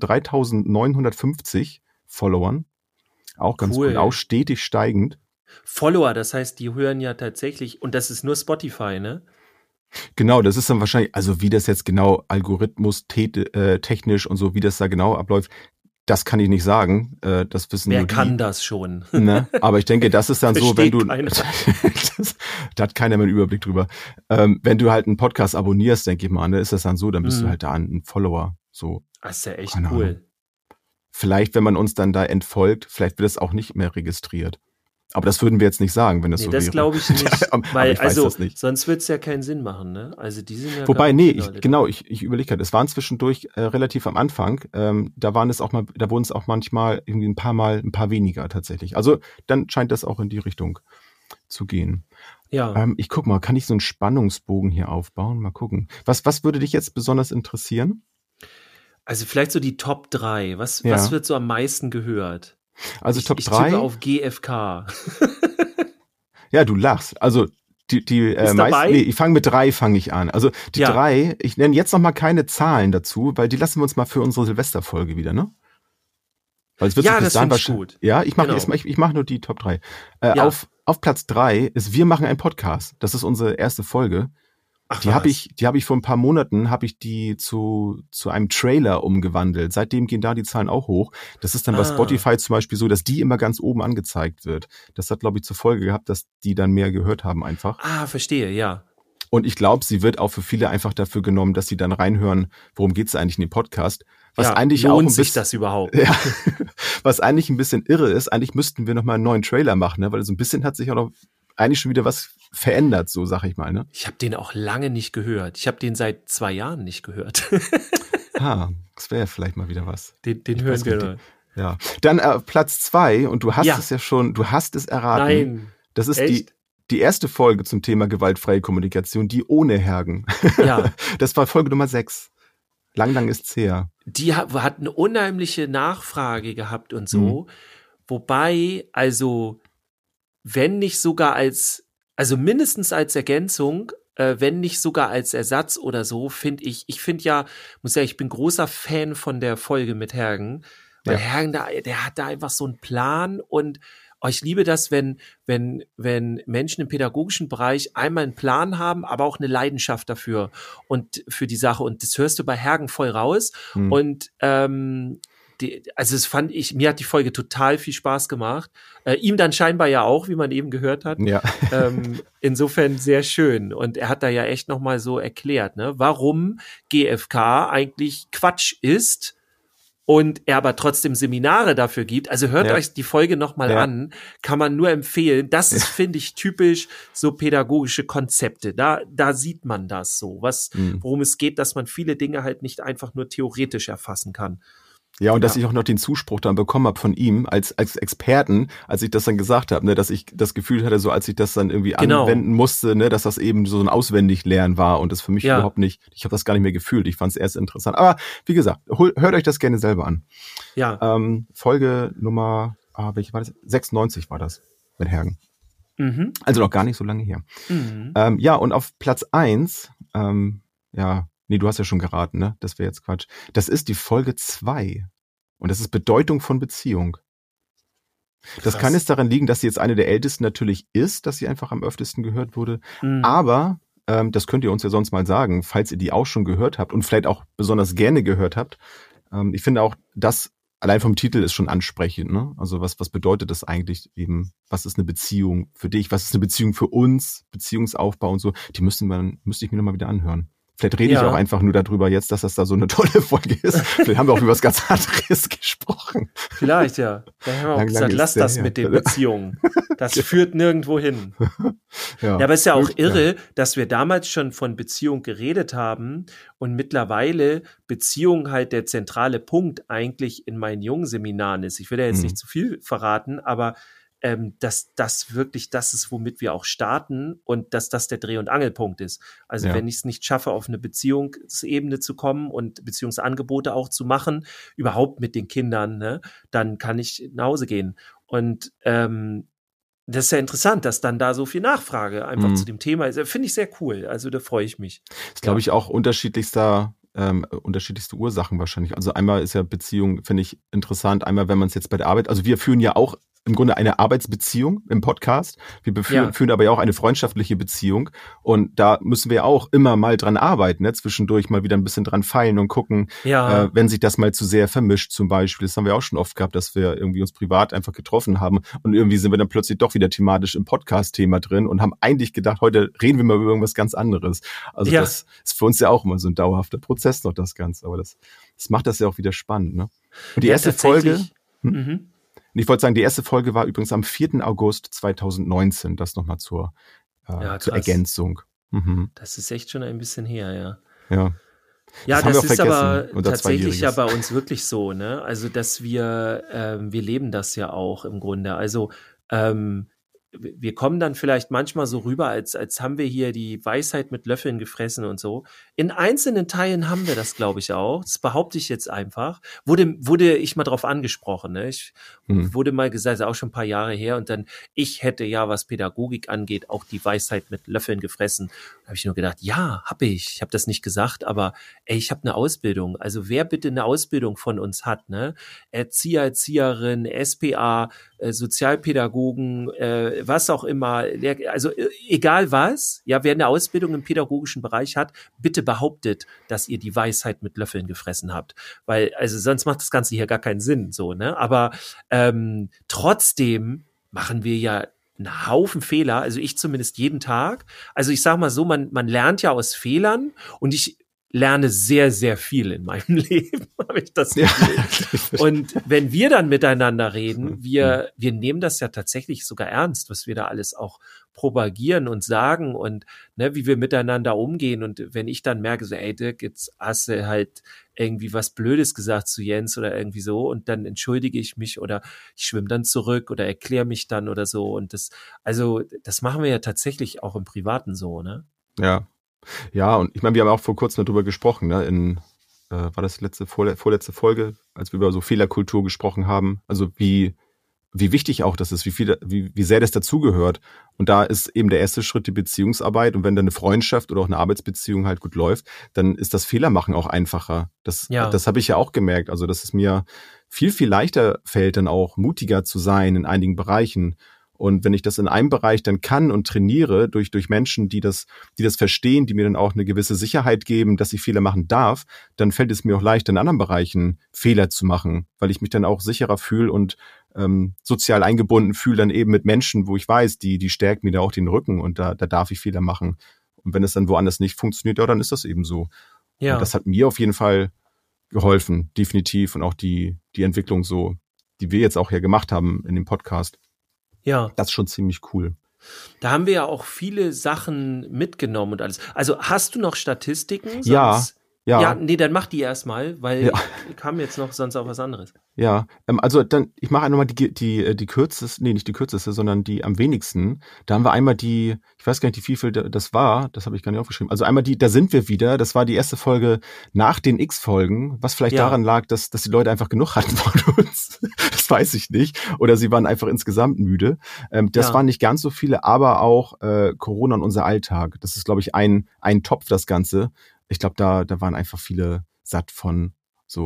[SPEAKER 3] 3950 Followern. Auch ganz cool, auch stetig steigend.
[SPEAKER 2] Follower, das heißt, die hören ja tatsächlich, und das ist nur Spotify, ne?
[SPEAKER 3] Genau, das ist dann wahrscheinlich, also wie das jetzt genau Algorithmus technisch und so, wie das da genau abläuft, das kann ich nicht sagen. Das wissen
[SPEAKER 2] Wer
[SPEAKER 3] nur
[SPEAKER 2] kann das schon?
[SPEAKER 3] Ne? Aber ich denke, das ist dann so, wenn du da hat keiner mehr einen Überblick drüber. Wenn du halt einen Podcast abonnierst, denke ich mal, ne, ist das dann so, dann bist du halt da ein Follower. So.
[SPEAKER 2] Das ist ja echt cool.
[SPEAKER 3] Vielleicht, wenn man uns dann da entfolgt, vielleicht wird es auch nicht mehr registriert. Aber das würden wir jetzt nicht sagen, wenn das so wäre.
[SPEAKER 2] Das glaube ich nicht. Weil,
[SPEAKER 3] ich weiß das nicht.
[SPEAKER 2] Sonst wird es ja keinen Sinn machen, ne? Also die sind ja.
[SPEAKER 3] Wobei, ich überlege gerade, es waren zwischendurch relativ am Anfang, da wurden es auch manchmal irgendwie ein paar weniger tatsächlich. Also dann scheint das auch in die Richtung zu gehen.
[SPEAKER 2] Ja.
[SPEAKER 3] Ich guck mal, kann ich so einen Spannungsbogen hier aufbauen? Mal gucken. Was würde dich jetzt besonders interessieren?
[SPEAKER 2] Also vielleicht so die Top 3. Was wird so am meisten gehört?
[SPEAKER 3] Also Top 3.
[SPEAKER 2] Ich tippe auf GFK.
[SPEAKER 3] Ja, du lachst. Also die meisten, ich fange mit 3 an. Also die 3, ich nenne jetzt noch mal keine Zahlen dazu, weil die lassen wir uns mal für unsere Silvesterfolge wieder, ne? Weil es wird
[SPEAKER 2] das finde ich gut.
[SPEAKER 3] Ja, ich mache ich mache nur die Top 3. Auf Platz 3 ist Wir machen einen Podcast. Das ist unsere erste Folge.
[SPEAKER 2] Ach,
[SPEAKER 3] die habe ich vor ein paar Monaten zu einem Trailer umgewandelt. Seitdem gehen da die Zahlen auch hoch. Das ist dann bei Spotify zum Beispiel so, dass die immer ganz oben angezeigt wird. Das hat, glaube ich, zur Folge gehabt, dass die dann mehr gehört haben einfach.
[SPEAKER 2] Verstehe, ja.
[SPEAKER 3] Und ich glaube, sie wird auch für viele einfach dafür genommen, dass sie dann reinhören, worum geht's eigentlich in dem Podcast. Was eigentlich
[SPEAKER 2] lohnt
[SPEAKER 3] auch ein bisschen,
[SPEAKER 2] sich das überhaupt?
[SPEAKER 3] Ja, was eigentlich ein bisschen irre ist. Eigentlich müssten wir noch mal einen neuen Trailer machen, ne? Weil so ein bisschen hat sich auch noch eigentlich schon wieder was verändert, so sag ich mal, ne?
[SPEAKER 2] Ich habe den auch lange nicht gehört. Ich habe den seit 2 Jahren nicht gehört.
[SPEAKER 3] Das wäre vielleicht mal wieder was.
[SPEAKER 2] Den hören wir noch.
[SPEAKER 3] Ja. Dann Platz 2, und du hast es ja schon, du hast es erraten.
[SPEAKER 2] Nein.
[SPEAKER 3] Das ist die erste Folge zum Thema gewaltfreie Kommunikation, die ohne Hergen.
[SPEAKER 2] Ja.
[SPEAKER 3] Das war Folge Nummer 6. Lang ist's her.
[SPEAKER 2] Die hat eine unheimliche Nachfrage gehabt und so. Wobei, also, wenn nicht sogar mindestens als Ergänzung, wenn nicht sogar als Ersatz oder so, finde ich ich bin großer Fan von der Folge mit Hergen, weil Hergen der hat da einfach so einen Plan und ich liebe das, wenn Menschen im pädagogischen Bereich einmal einen Plan haben, aber auch eine Leidenschaft dafür und für die Sache. Und das hörst du bei Hergen voll raus. Und mir hat die Folge total viel Spaß gemacht. Ihm dann scheinbar ja auch, wie man eben gehört hat.
[SPEAKER 3] Ja.
[SPEAKER 2] Insofern sehr schön. Und er hat da ja echt nochmal so erklärt, ne, warum GFK eigentlich Quatsch ist. Und er aber trotzdem Seminare dafür gibt. Also hört euch die Folge nochmal an. Kann man nur empfehlen. Das ist, finde ich, typisch so pädagogische Konzepte. Da sieht man das so, worum es geht, dass man viele Dinge halt nicht einfach nur theoretisch erfassen kann.
[SPEAKER 3] Ja, und dass ich auch noch den Zuspruch dann bekommen habe von ihm als Experten, als ich das dann gesagt habe, ne, dass ich das Gefühl hatte, so als ich das dann irgendwie anwenden musste, ne, dass das eben so ein Auswendiglernen war und das für mich überhaupt nicht, ich habe das gar nicht mehr gefühlt, ich fand es erst interessant. Aber wie gesagt, hört euch das gerne selber an.
[SPEAKER 2] Ja.
[SPEAKER 3] Folge Nummer, welche war das? 96 war das mit Hergen. Also noch gar nicht so lange her. Ja, und auf Platz 1, nee, du hast ja schon geraten, ne? Das wäre jetzt Quatsch. Das ist die Folge 2. Und das ist Bedeutung von Beziehung. Das kann jetzt daran liegen, dass sie jetzt eine der ältesten natürlich ist, dass sie einfach am öftesten gehört wurde. Aber das könnt ihr uns ja sonst mal sagen, falls ihr die auch schon gehört habt und vielleicht auch besonders gerne gehört habt. Ich finde auch, das allein vom Titel ist schon ansprechend, ne? Also was bedeutet das eigentlich eben? Was ist eine Beziehung für dich? Was ist eine Beziehung für uns? Beziehungsaufbau und so. Die müsste ich mir nochmal wieder anhören. Vielleicht rede ich auch einfach nur darüber jetzt, dass das da so eine tolle Folge ist. Vielleicht haben wir auch über was ganz anderes gesprochen.
[SPEAKER 2] Vielleicht, ja. Da haben wir auch gesagt, lass das mit den Beziehungen. Das führt nirgendwo hin. Ja, aber es ist ja auch irre, dass wir damals schon von Beziehung geredet haben und mittlerweile Beziehung halt der zentrale Punkt eigentlich in meinen jungen Seminaren ist. Ich will ja jetzt nicht zu viel verraten, aber dass das wirklich das ist, womit wir auch starten und dass das der Dreh- und Angelpunkt ist. Also wenn ich es nicht schaffe, auf eine Beziehungsebene zu kommen und Beziehungsangebote auch zu machen, überhaupt mit den Kindern, ne, dann kann ich nach Hause gehen. Und das ist ja interessant, dass dann da so viel Nachfrage einfach zu dem Thema ist. Finde ich sehr cool. Also da freue ich mich.
[SPEAKER 3] Das glaube ich auch unterschiedlichste Ursachen wahrscheinlich. Also einmal ist ja Beziehung, finde ich interessant. Einmal, wenn man es jetzt bei der Arbeit, also wir führen ja auch im Grunde eine Arbeitsbeziehung im Podcast. Wir führen aber ja auch eine freundschaftliche Beziehung. Und da müssen wir auch immer mal dran arbeiten, ne? Zwischendurch mal wieder ein bisschen dran feilen und gucken, wenn sich das mal zu sehr vermischt zum Beispiel. Das haben wir auch schon oft gehabt, dass wir irgendwie uns privat einfach getroffen haben. Und irgendwie sind wir dann plötzlich doch wieder thematisch im Podcast-Thema drin und haben eigentlich gedacht, heute reden wir mal über irgendwas ganz anderes. Also das ist für uns ja auch immer so ein dauerhafter Prozess noch, das Ganze. Aber das macht das ja auch wieder spannend, ne? Und die erste Folge... Ich wollte sagen, die erste Folge war übrigens am 4. August 2019. Das nochmal zur Ergänzung. Mhm.
[SPEAKER 2] Das ist echt schon ein bisschen her,
[SPEAKER 3] Ja.
[SPEAKER 2] Ja, das ist aber tatsächlich ja bei uns wirklich so, ne? Also, dass wir leben das ja auch im Grunde. Also, wir kommen dann vielleicht manchmal so rüber, als haben wir hier die Weisheit mit Löffeln gefressen und so. In einzelnen Teilen haben wir das, glaube ich, auch. Das behaupte ich jetzt einfach. Wurde ich mal drauf angesprochen, ne? Ich wurde mal gesagt, das ist auch schon ein paar Jahre her, und dann, ich hätte ja, was Pädagogik angeht, auch die Weisheit mit Löffeln gefressen. Da habe ich nur gedacht, ja, habe ich. Ich habe das nicht gesagt, aber ich habe eine Ausbildung. Also wer bitte eine Ausbildung von uns hat, ne? Erzieher, Erzieherin, SPA, Sozialpädagogen, was auch immer, also egal was, ja, wer eine Ausbildung im pädagogischen Bereich hat, bitte behauptet, dass ihr die Weisheit mit Löffeln gefressen habt, weil, also sonst macht das Ganze hier gar keinen Sinn, so, ne, aber trotzdem machen wir ja einen Haufen Fehler, also ich zumindest jeden Tag, also ich sag mal so, man lernt ja aus Fehlern, und ich lerne sehr, sehr viel in meinem Leben, habe ich das Gefühl. Und wenn wir dann miteinander reden, wir nehmen das ja tatsächlich sogar ernst, was wir da alles auch propagieren und sagen und, ne, wie wir miteinander umgehen. Und wenn ich dann merke, so, ey Dirk, jetzt hast du halt irgendwie was Blödes gesagt zu Jens oder irgendwie so, und dann entschuldige ich mich oder ich schwimme dann zurück oder erkläre mich dann oder so. Und das machen wir ja tatsächlich auch im Privaten so, ne?
[SPEAKER 3] Ja, und ich meine, wir haben auch vor kurzem darüber gesprochen, ne? War das vorletzte Folge, als wir über so Fehlerkultur gesprochen haben. Also wie wichtig auch das ist, wie sehr das dazugehört. Und da ist eben der erste Schritt die Beziehungsarbeit. Und wenn dann eine Freundschaft oder auch eine Arbeitsbeziehung halt gut läuft, dann ist das Fehlermachen auch einfacher. Das habe ich ja auch gemerkt. Also, dass es mir viel, viel leichter fällt, dann auch mutiger zu sein in einigen Bereichen. Und wenn ich das in einem Bereich dann kann und trainiere durch Menschen, die das verstehen, die mir dann auch eine gewisse Sicherheit geben, dass ich Fehler machen darf, dann fällt es mir auch leichter, in anderen Bereichen Fehler zu machen, weil ich mich dann auch sicherer fühle und sozial eingebunden fühle, dann eben mit Menschen, wo ich weiß, die stärken mir da auch den Rücken, und da darf ich Fehler machen. Und wenn es dann woanders nicht funktioniert, ja, dann ist das eben so. Ja. Und das hat mir auf jeden Fall geholfen, definitiv. Und auch die Entwicklung so, die wir jetzt auch hier gemacht haben in dem Podcast.
[SPEAKER 2] Ja.
[SPEAKER 3] Das ist schon ziemlich cool.
[SPEAKER 2] Da haben wir ja auch viele Sachen mitgenommen und alles. Also hast du noch Statistiken?
[SPEAKER 3] Ja.
[SPEAKER 2] Nee, dann mach die erstmal, weil ich kam jetzt noch sonst auf was anderes.
[SPEAKER 3] Ja, also dann, ich mache einmal die kürzeste, nee, nicht die kürzeste, sondern die am wenigsten. Da haben wir einmal ich weiß gar nicht, wie viel das war, das habe ich gar nicht aufgeschrieben. Also einmal da sind wir wieder, das war die erste Folge nach den X-Folgen, was vielleicht daran lag, dass die Leute einfach genug hatten von uns. Das weiß ich nicht. Oder sie waren einfach insgesamt müde. Das waren nicht ganz so viele, aber auch Corona und unser Alltag. Das ist, glaube ich, ein Topf, das Ganze. Ich glaube, da waren einfach viele satt von so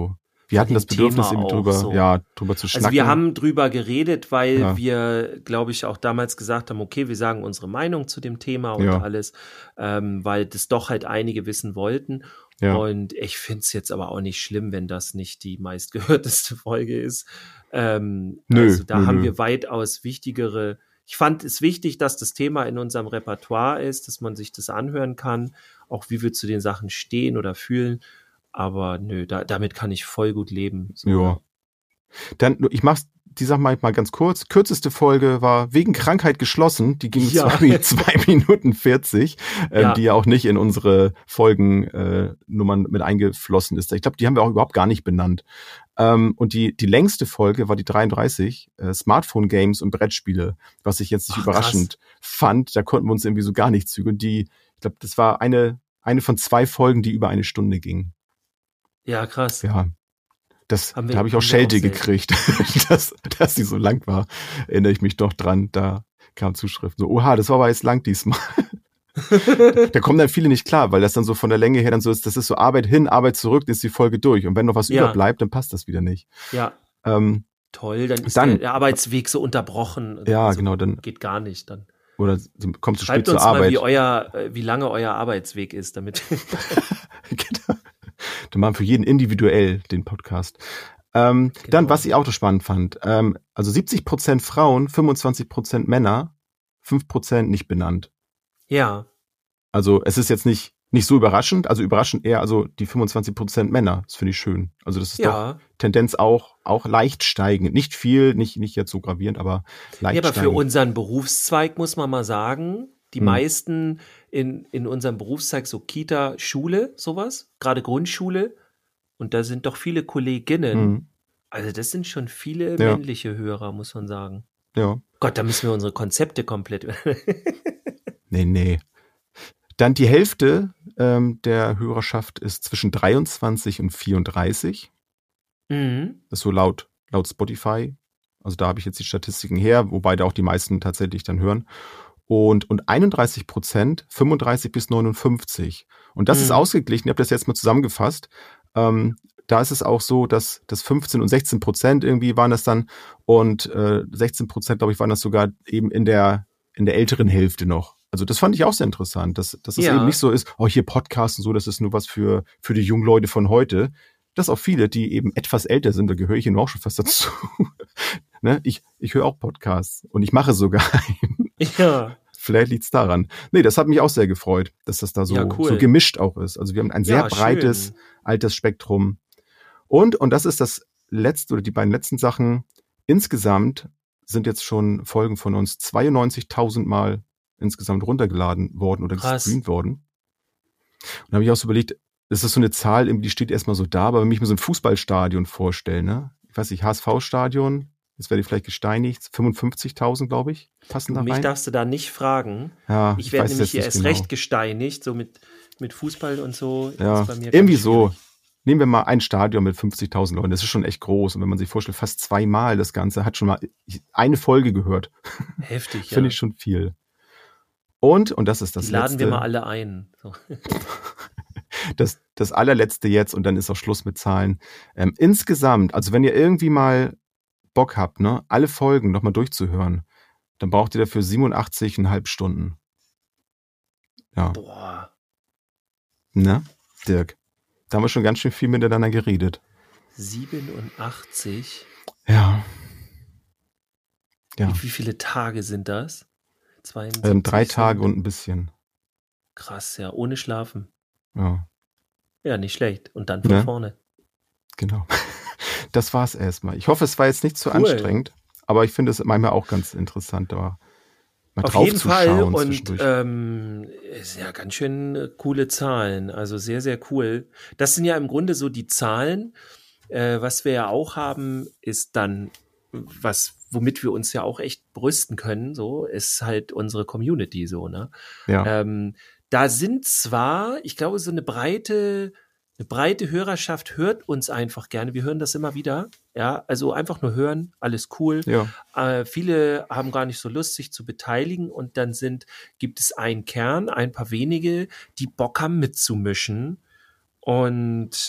[SPEAKER 3] wir hatten das Bedürfnis, eben drüber zu schnacken.
[SPEAKER 2] Also wir haben drüber geredet, weil wir, glaube ich, auch damals gesagt haben, okay, wir sagen unsere Meinung zu dem Thema und alles, weil das doch halt einige wissen wollten. Ja. Und ich finde es jetzt aber auch nicht schlimm, wenn das nicht die meistgehörteste Folge ist. Haben wir weitaus wichtigere. Ich fand es wichtig, dass das Thema in unserem Repertoire ist, dass man sich das anhören kann, auch wie wir zu den Sachen stehen oder fühlen. Aber damit kann ich voll gut leben. So.
[SPEAKER 3] Ja. Dann, ich mach's die Sache mal ganz kurz. Kürzeste Folge war wegen Krankheit geschlossen. Die ging 2 Minuten 40, die ja auch nicht in unsere Folgennummern mit eingeflossen ist. Ich glaube, die haben wir auch überhaupt gar nicht benannt. Und die längste Folge war die 33, Smartphone-Games und Brettspiele, was ich jetzt nicht überraschend fand. Da konnten wir uns irgendwie so gar nicht zügeln. Ich glaube, das war eine von 2 Folgen, die über 1 Stunde ging.
[SPEAKER 2] Ja, krass.
[SPEAKER 3] Ja. Da habe ich auch Schelte gekriegt, dass die so lang war. Erinnere ich mich doch dran, da kam Zuschriften so, oha, das war aber jetzt lang diesmal. Da kommen dann viele nicht klar, weil das dann so von der Länge her dann so ist, das ist so Arbeit hin, Arbeit zurück, dann ist die Folge durch. Und wenn noch was überbleibt, dann passt das wieder nicht.
[SPEAKER 2] Ja. Toll, dann ist der Arbeitsweg so unterbrochen.
[SPEAKER 3] Ja, also genau. Dann
[SPEAKER 2] geht gar nicht dann.
[SPEAKER 3] Oder kommt zu spät zur Arbeit.
[SPEAKER 2] Schreibt uns mal, wie lange euer Arbeitsweg ist, damit.
[SPEAKER 3] Genau. Dann machen wir für jeden individuell den Podcast. Dann, was ich auch so spannend fand, also 70% Frauen, 25% Männer, 5% nicht benannt.
[SPEAKER 2] Ja.
[SPEAKER 3] Also es ist jetzt nicht so überraschend, also überraschend eher also die 25% Männer, das finde ich schön. Also das ist doch Tendenz auch leicht steigend. Nicht viel, nicht jetzt so gravierend, aber leicht steigend.
[SPEAKER 2] Ja, aber für unseren Berufszweig muss man mal sagen, die meisten in unserem Berufszweig, so Kita, Schule, sowas, gerade Grundschule, und da sind doch viele Kolleginnen. Also das sind schon viele männliche Hörer, muss man sagen.
[SPEAKER 3] Ja.
[SPEAKER 2] Gott, da müssen wir unsere Konzepte komplett.
[SPEAKER 3] Nee. Dann die Hälfte der Hörerschaft ist zwischen 23 und 34. Das ist so laut Spotify. Also da habe ich jetzt die Statistiken her, wobei da auch die meisten tatsächlich dann hören. Und 31%, 35 bis 59. Und das ist ausgeglichen, ich habe das jetzt mal zusammengefasst. Da ist es auch so, dass 15 und 16% irgendwie waren das dann und 16%, glaube ich, waren das sogar eben in der älteren Hälfte noch. Also das fand ich auch sehr interessant, dass es eben nicht so ist, hier Podcasts und so, das ist nur was für die jungen Leute von heute. Dass auch viele, die eben etwas älter sind, da gehöre ich nun auch schon fast dazu. Ne? Ich höre auch Podcasts und ich mache sogar einen.
[SPEAKER 2] Ja.
[SPEAKER 3] Vielleicht liegt's daran. Nee, das hat mich auch sehr gefreut, dass das da so gemischt auch ist. Also wir haben ein sehr breites Altersspektrum. Und das ist das letzte oder die beiden letzten Sachen. Insgesamt sind jetzt schon Folgen von uns 92.000 Mal insgesamt runtergeladen worden oder gestreamt worden. Und da habe ich auch so überlegt, das ist so eine Zahl, die steht erstmal so da, aber wenn ich mir so ein Fußballstadion vorstelle, ne? Ich weiß nicht, HSV-Stadion, jetzt werde ich vielleicht gesteinigt, 55.000, glaube ich, passen da rein.
[SPEAKER 2] Mich darfst du da nicht fragen.
[SPEAKER 3] Ja,
[SPEAKER 2] ich werde nämlich hier erst recht gesteinigt, so mit Fußball und so.
[SPEAKER 3] Ja, bei mir irgendwie so. Nehmen wir mal ein Stadion mit 50.000 Leuten, das ist schon echt groß. Und wenn man sich vorstellt, fast 2-mal das Ganze, hat schon mal eine Folge gehört.
[SPEAKER 2] Heftig,
[SPEAKER 3] Finde ich schon viel. Und das ist das
[SPEAKER 2] Die laden wir mal alle ein. So.
[SPEAKER 3] Das allerletzte jetzt und dann ist auch Schluss mit Zahlen. Insgesamt, also wenn ihr irgendwie mal Bock habt, ne, alle Folgen nochmal durchzuhören, dann braucht ihr dafür 87,5 Stunden. Ja.
[SPEAKER 2] Boah.
[SPEAKER 3] Ne, Dirk? Da haben wir schon ganz schön viel miteinander geredet.
[SPEAKER 2] 87?
[SPEAKER 3] Ja.
[SPEAKER 2] Wie viele Tage sind das?
[SPEAKER 3] 72, 3 Tage und ein bisschen.
[SPEAKER 2] Krass, ja, ohne Schlafen.
[SPEAKER 3] Ja.
[SPEAKER 2] Ja, nicht schlecht. Und dann von vorne.
[SPEAKER 3] Genau. Das war's erstmal. Ich hoffe, es war jetzt nicht zu anstrengend, aber ich finde es manchmal auch ganz interessant, da mal
[SPEAKER 2] auf
[SPEAKER 3] drauf
[SPEAKER 2] jeden
[SPEAKER 3] zu
[SPEAKER 2] Fall
[SPEAKER 3] schauen.
[SPEAKER 2] Und ist ja ganz schön coole Zahlen. Also sehr, sehr cool. Das sind ja im Grunde so die Zahlen. Was wir ja auch haben, ist dann womit wir uns ja auch echt brüsten können, so, ist halt unsere Community, so, ne?
[SPEAKER 3] Ja.
[SPEAKER 2] Da sind zwar, ich glaube, so eine breite Hörerschaft hört uns einfach gerne. Wir hören das immer wieder. Ja, also einfach nur hören, alles cool.
[SPEAKER 3] Ja.
[SPEAKER 2] Viele haben gar nicht so Lust, sich zu beteiligen. Und dann gibt es einen Kern, ein paar wenige, die Bock haben mitzumischen. Und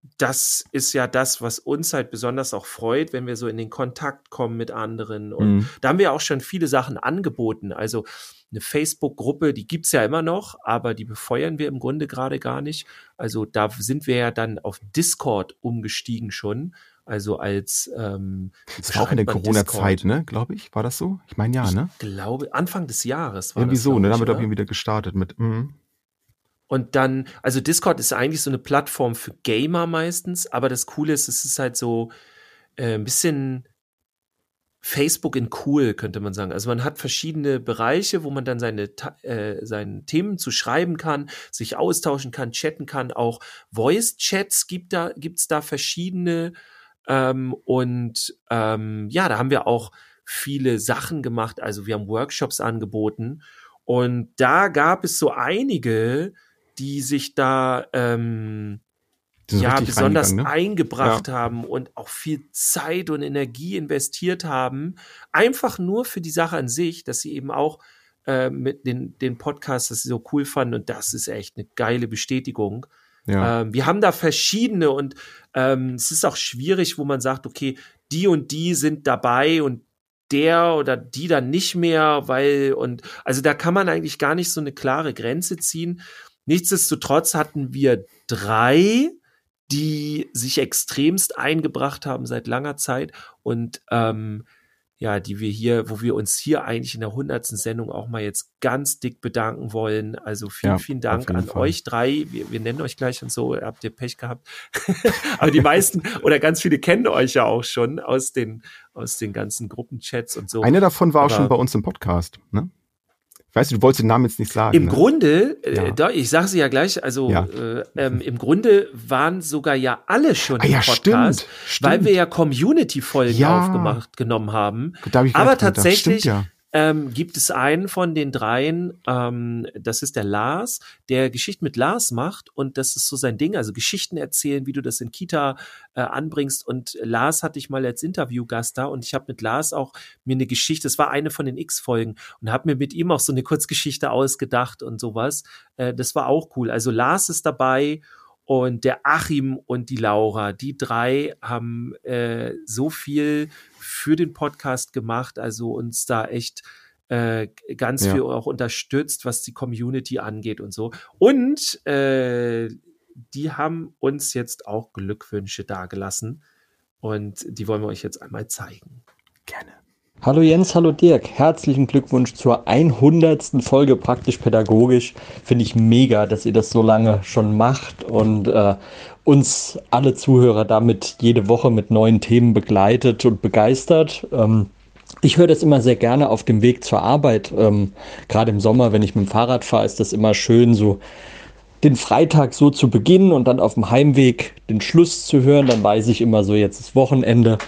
[SPEAKER 2] das ist ja das, was uns halt besonders auch freut, wenn wir so in den Kontakt kommen mit anderen. Und da haben wir auch schon viele Sachen angeboten. Also eine Facebook-Gruppe, die gibt's ja immer noch, aber die befeuern wir im Grunde gerade gar nicht. Also da sind wir ja dann auf Discord umgestiegen schon. Also als
[SPEAKER 3] das war auch in der Corona-Zeit, ne, glaube ich. War das so? Ich meine ja, ne?
[SPEAKER 2] Ich glaube, Anfang des Jahres war
[SPEAKER 3] irgendwie
[SPEAKER 2] das.
[SPEAKER 3] So, ne? Da haben wir, glaube ich, wieder gestartet mit.
[SPEAKER 2] Und dann, also Discord ist eigentlich so eine Plattform für Gamer meistens, aber das Coole ist, es ist halt so ein bisschen Facebook in cool, könnte man sagen. Also man hat verschiedene Bereiche, wo man dann seine Themen zu schreiben kann, sich austauschen kann, chatten kann. Auch Voice-Chats gibt's da verschiedene. Da haben wir auch viele Sachen gemacht. Also wir haben Workshops angeboten. Und da gab es so einige, die sich da besonders eingebracht haben und auch viel Zeit und Energie investiert haben, einfach nur für die Sache an sich, dass sie eben auch mit den Podcasts, dass sie so cool fanden, und das ist echt eine geile Bestätigung. Ja. Wir haben da verschiedene und es ist auch schwierig, wo man sagt, okay, die und die sind dabei und der oder die dann nicht mehr, also da kann man eigentlich gar nicht so eine klare Grenze ziehen. Nichtsdestotrotz hatten wir 3, die sich extremst eingebracht haben seit langer Zeit und wo wir uns hier eigentlich in der 100. Sendung auch mal jetzt ganz dick bedanken wollen. Also vielen Dank an euch 3. Wir nennen euch gleich und so, habt ihr Pech gehabt. Aber die meisten oder ganz viele kennen euch ja auch schon aus den ganzen Gruppenchats und so.
[SPEAKER 3] Einer davon war auch schon bei uns im Podcast, ne? Ich weiß, du wolltest den Namen jetzt nicht sagen.
[SPEAKER 2] Im Grunde, ich sage sie ja gleich, also im Grunde waren sogar ja alle schon im Podcast, stimmt. Weil wir ja Community-Folgen genommen haben. Aber tatsächlich gibt es einen von den 3, das ist der Lars, der Geschichten mit Lars macht, und das ist so sein Ding, also Geschichten erzählen, wie du das in Kita anbringst, und Lars hatte ich mal als Interviewgast da, und ich habe mit Lars auch mir eine Geschichte, das war eine von den X-Folgen, und habe mir mit ihm auch so eine Kurzgeschichte ausgedacht und sowas, das war auch cool, also Lars ist dabei und der Achim und die Laura, die 3 haben so viel für den Podcast gemacht, also uns da echt ganz viel auch unterstützt, was die Community angeht und so. Und die haben uns jetzt auch Glückwünsche dagelassen und die wollen wir euch jetzt einmal zeigen.
[SPEAKER 3] Gerne.
[SPEAKER 6] Hallo Jens, hallo Dirk. Herzlichen Glückwunsch zur 100. Folge Praktisch Pädagogisch. Finde ich mega, dass ihr das so lange schon macht und uns alle Zuhörer damit jede Woche mit neuen Themen begleitet und begeistert. Ich höre das immer sehr gerne auf dem Weg zur Arbeit. Gerade im Sommer, wenn ich mit dem Fahrrad fahre, ist das immer schön, so den Freitag so zu beginnen und dann auf dem Heimweg den Schluss zu hören. Dann weiß ich immer so, jetzt ist Wochenende.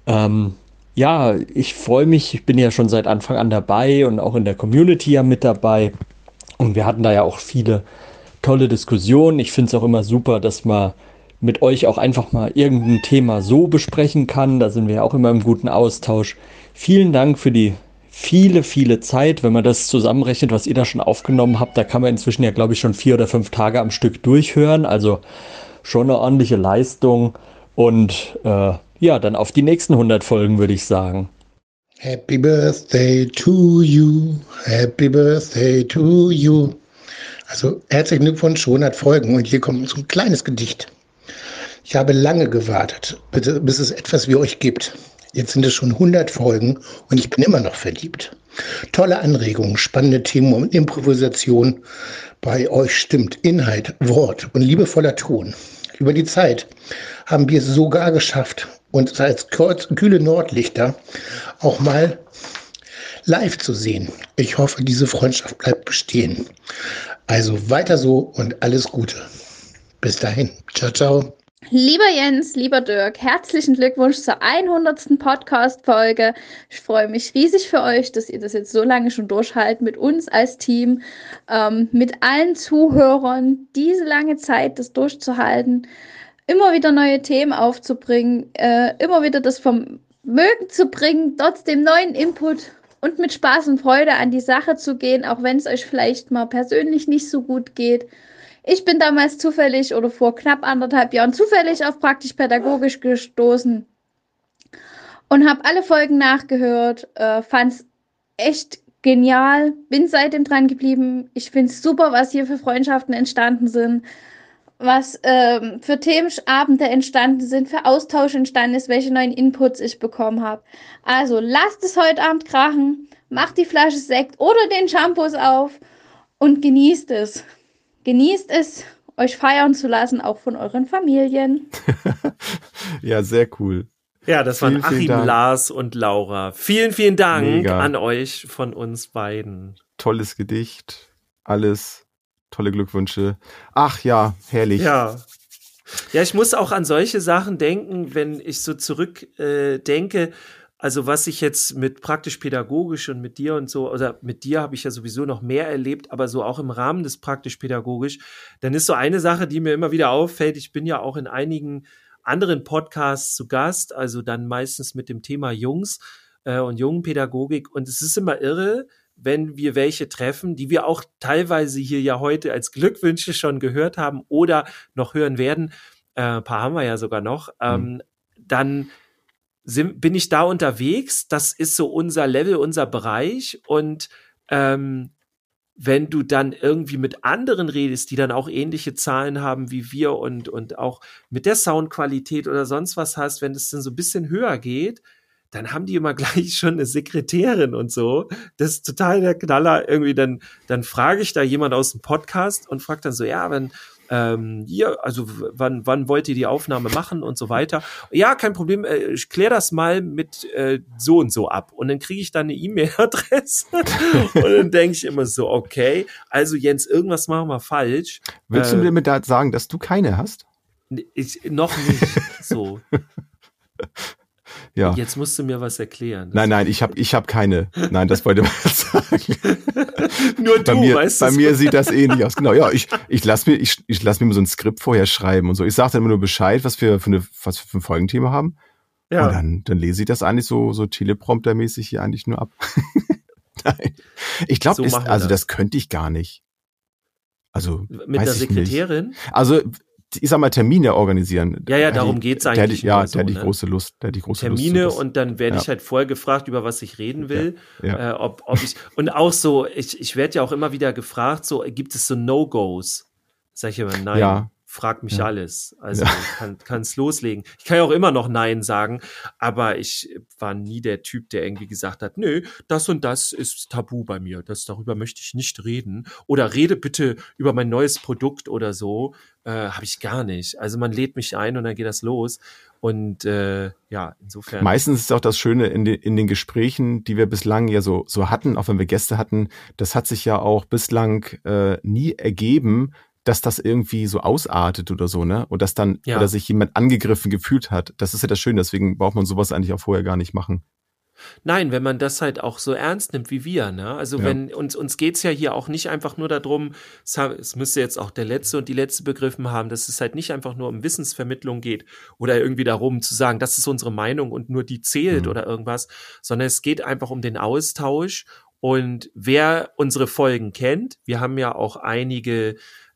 [SPEAKER 6] Ja, ich freue mich, ich bin ja schon seit Anfang an dabei und auch in der Community ja mit dabei. Und wir hatten da ja auch viele tolle Diskussionen. Ich finde es auch immer super, dass man mit euch auch einfach mal irgendein Thema so besprechen kann. Da sind wir ja auch immer im guten Austausch. Vielen Dank für die viele Zeit. Wenn man das zusammenrechnet, was ihr da schon aufgenommen habt, da kann man inzwischen ja, glaube ich, schon 4 oder 5 Tage am Stück durchhören. Also schon eine ordentliche Leistung. Und dann auf die nächsten 100 Folgen, würde ich sagen.
[SPEAKER 7] Happy Birthday to you, Happy Birthday to you. Also herzlichen Glückwunsch, 100 Folgen. Und hier kommt so ein kleines Gedicht. Ich habe lange gewartet, bis es etwas wie euch gibt. Jetzt sind es schon 100 Folgen und ich bin immer noch verliebt. Tolle Anregungen, spannende Themen und Improvisation. Bei euch stimmt Inhalt, Wort und liebevoller Ton. Über die Zeit haben wir es sogar geschafft, uns als kühle Nordlichter auch mal live zu sehen. Ich hoffe, diese Freundschaft bleibt bestehen. Also weiter so und alles Gute. Bis dahin. Ciao, ciao.
[SPEAKER 8] Lieber Jens, lieber Dirk, herzlichen Glückwunsch zur 100. Podcast-Folge. Ich freue mich riesig für euch, dass ihr das jetzt so lange schon durchhaltet mit uns als Team, mit allen Zuhörern, diese lange Zeit das durchzuhalten, immer wieder neue Themen aufzubringen, immer wieder das Vermögen zu bringen, trotzdem neuen Input und mit Spaß und Freude an die Sache zu gehen, auch wenn es euch vielleicht mal persönlich nicht so gut geht. Ich bin damals zufällig oder vor knapp 1,5 Jahren zufällig auf praktisch-pädagogisch gestoßen und habe alle Folgen nachgehört, fand es echt genial, bin seitdem dran geblieben. Ich finde es super, was hier für Freundschaften entstanden sind, was für Themenabende entstanden sind, für Austausch entstanden ist, welche neuen Inputs ich bekommen habe. Also lasst es heute Abend krachen, macht die Flasche Sekt oder den Shampoos auf und genießt es. Genießt es, euch feiern zu lassen, auch von euren Familien.
[SPEAKER 3] Ja, sehr cool.
[SPEAKER 2] Ja, das waren Achim, Lars und Laura. Vielen, vielen Dank an euch von uns beiden.
[SPEAKER 3] Tolles Gedicht, alles, tolle Glückwünsche. Ach ja, herrlich.
[SPEAKER 2] Ja, ich muss auch an solche Sachen denken, wenn ich so zurückdenke. Also was ich jetzt mit praktisch-pädagogisch und mit dir und so, oder mit dir habe ich ja sowieso noch mehr erlebt, aber so auch im Rahmen des praktisch-pädagogisch, dann ist so eine Sache, die mir immer wieder auffällt. Ich bin ja auch in einigen anderen Podcasts zu Gast, also dann meistens mit dem Thema Jungs und Jungenpädagogik. Und es ist immer irre, wenn wir welche treffen, die wir auch teilweise hier ja heute als Glückwünsche schon gehört haben oder noch hören werden. Ein paar haben wir ja sogar noch. Dann bin ich da unterwegs, das ist so unser Level, unser Bereich und wenn du dann irgendwie mit anderen redest, die dann auch ähnliche Zahlen haben wie wir und auch mit der Soundqualität oder sonst was hast, wenn es dann so ein bisschen höher geht, dann haben die immer gleich schon eine Sekretärin und so. Das ist total der Knaller. Irgendwie dann frage ich da jemand aus dem Podcast und fragt dann so, ja, hier, also wann wollt ihr die Aufnahme machen und so weiter? Ja, kein Problem, ich kläre das mal mit so und so ab. Und dann kriege ich dann eine E-Mail-Adresse und dann denke ich immer so, okay, also Jens, irgendwas machen wir falsch.
[SPEAKER 3] Willst du mir damit sagen, dass du keine hast?
[SPEAKER 2] Noch nicht so.
[SPEAKER 3] Ja.
[SPEAKER 2] Jetzt musst du mir was erklären.
[SPEAKER 3] Nein, ich hab keine. Nein, das wollte ich mal sagen.
[SPEAKER 2] Nur du, weißt du.
[SPEAKER 3] Bei mir sieht das ähnlich aus. Genau, ja, ich lass mir mal so ein Skript vorher schreiben und so. Ich sage dann immer nur Bescheid, was wir für ein Folgenthema haben. Ja. Und dann lese ich das eigentlich so telepromptermäßig hier eigentlich nur ab. Nein. Ich glaube, so das könnte ich gar nicht. Also
[SPEAKER 2] mit der Sekretärin?
[SPEAKER 3] Nicht. Also ich sag mal, Termine organisieren.
[SPEAKER 2] Ja, darum geht's eigentlich.
[SPEAKER 3] Da hätte ich große Lust.
[SPEAKER 2] Termine und dann werde ich halt vorher gefragt, über was ich reden will. Ja. Ob ich, und auch so, ich werde ja auch immer wieder gefragt, so, gibt es so No-Gos? Sag ich immer, nein. Frag mich alles. Also kann's loslegen. Ich kann ja auch immer noch Nein sagen, aber ich war nie der Typ, der irgendwie gesagt hat, nö, das und das ist tabu bei mir. Darüber möchte ich nicht reden. Oder rede bitte über mein neues Produkt oder so. Habe ich gar nicht. Also man lädt mich ein und dann geht das los. Und insofern.
[SPEAKER 3] Meistens ist auch das Schöne in den Gesprächen, die wir bislang ja so hatten, auch wenn wir Gäste hatten, das hat sich ja auch bislang nie ergeben, dass das irgendwie so ausartet oder so, ne? Und dass dann oder sich jemand angegriffen gefühlt hat. Das ist ja das Schöne, deswegen braucht man sowas eigentlich auch vorher gar nicht machen.
[SPEAKER 2] Nein, wenn man das halt auch so ernst nimmt wie wir, ne? Also wenn uns geht's ja hier auch nicht einfach nur darum, es müsste jetzt auch der Letzte und die Letzte begriffen haben, dass es halt nicht einfach nur um Wissensvermittlung geht oder irgendwie darum zu sagen, das ist unsere Meinung und nur die zählt oder irgendwas, sondern es geht einfach um den Austausch. Und wer unsere Folgen kennt, wir haben ja auch einige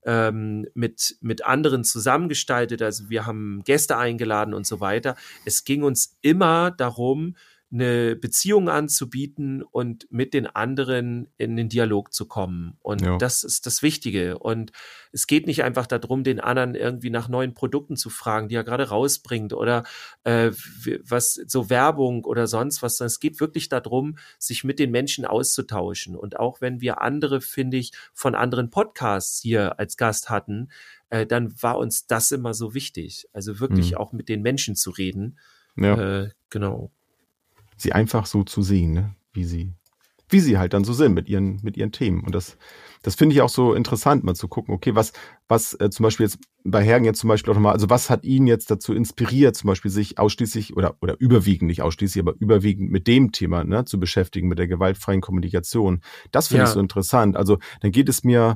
[SPEAKER 2] mit anderen zusammengestaltet, also wir haben Gäste eingeladen und so weiter. Es ging uns immer darum, eine Beziehung anzubieten und mit den anderen in den Dialog zu kommen. Und das ist das Wichtige. Und es geht nicht einfach darum, den anderen irgendwie nach neuen Produkten zu fragen, die er gerade rausbringt oder was so Werbung oder sonst was. Es geht wirklich darum, sich mit den Menschen auszutauschen. Und auch wenn wir andere, finde ich, von anderen Podcasts hier als Gast hatten, dann war uns das immer so wichtig. Also wirklich auch mit den Menschen zu reden.
[SPEAKER 3] Ja.
[SPEAKER 2] Genau.
[SPEAKER 3] Sie einfach so zu sehen, ne? wie sie halt dann so sind mit ihren Themen. Und das finde ich auch so interessant, mal zu gucken, okay, was zum Beispiel jetzt bei Hergen jetzt zum Beispiel auch nochmal, also was hat ihn jetzt dazu inspiriert, zum Beispiel sich ausschließlich oder überwiegend, nicht ausschließlich, aber überwiegend mit dem Thema, ne, zu beschäftigen, mit der gewaltfreien Kommunikation. Das finde ich so interessant. Also dann geht es mir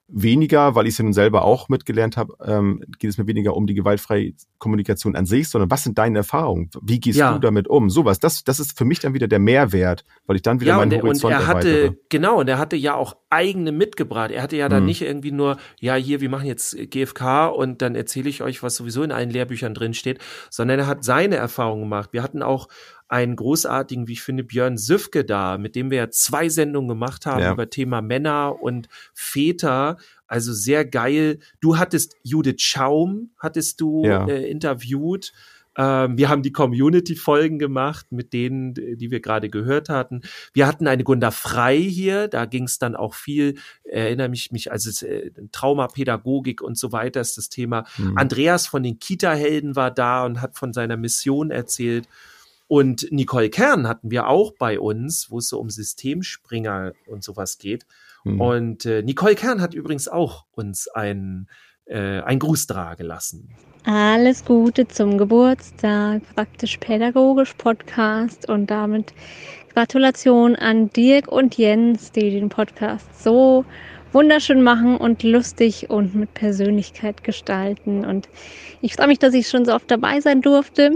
[SPEAKER 3] weniger, weil ich es ja nun selber auch mitgelernt habe, geht es mir weniger um die gewaltfreie Kommunikation an sich, sondern was sind deine Erfahrungen? Wie gehst du damit um? Sowas, das ist für mich dann wieder der Mehrwert, weil ich dann wieder meinen Horizont erweitere.
[SPEAKER 2] Genau, und er hatte ja auch eigene mitgebracht. Er hatte ja dann nicht irgendwie nur, ja, hier, wir machen jetzt GFK und dann erzähle ich euch, was sowieso in allen Lehrbüchern drin steht, sondern er hat seine Erfahrungen gemacht. Wir hatten auch einen großartigen, wie ich finde, Björn Süfke da, mit dem wir ja 2 Sendungen gemacht haben über Thema Männer und Väter. Also sehr geil. Du hattest Judith Schaum, interviewt. Wir haben die Community-Folgen gemacht, mit denen, die wir gerade gehört hatten. Wir hatten eine Gunda Frei hier, da ging es dann auch viel, erinnere mich, also Traumapädagogik und so weiter ist das Thema. Andreas von den Kita-Helden war da und hat von seiner Mission erzählt. Und Nicole Kern hatten wir auch bei uns, wo es so um Systemspringer und sowas geht. Und Nicole Kern hat übrigens auch uns einen Gruß dagelassen.
[SPEAKER 9] Alles Gute zum Geburtstag, praktisch-pädagogisch Podcast und damit Gratulation an Dirk und Jens, die den Podcast so wunderschön machen und lustig und mit Persönlichkeit gestalten. Und ich freue mich, dass ich schon so oft dabei sein durfte.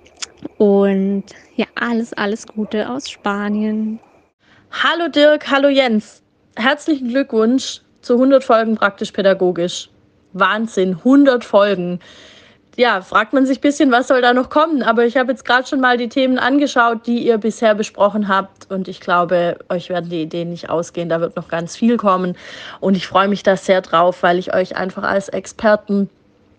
[SPEAKER 9] Und ja, alles Gute aus Spanien.
[SPEAKER 10] Hallo Dirk, hallo Jens. Herzlichen Glückwunsch zu 100 Folgen praktisch-pädagogisch. Wahnsinn, 100 Folgen. Ja, fragt man sich ein bisschen, was soll da noch kommen? Aber ich habe jetzt gerade schon mal die Themen angeschaut, die ihr bisher besprochen habt. Und ich glaube, euch werden die Ideen nicht ausgehen. Da wird noch ganz viel kommen. Und ich freue mich da sehr drauf, weil ich euch einfach als Experten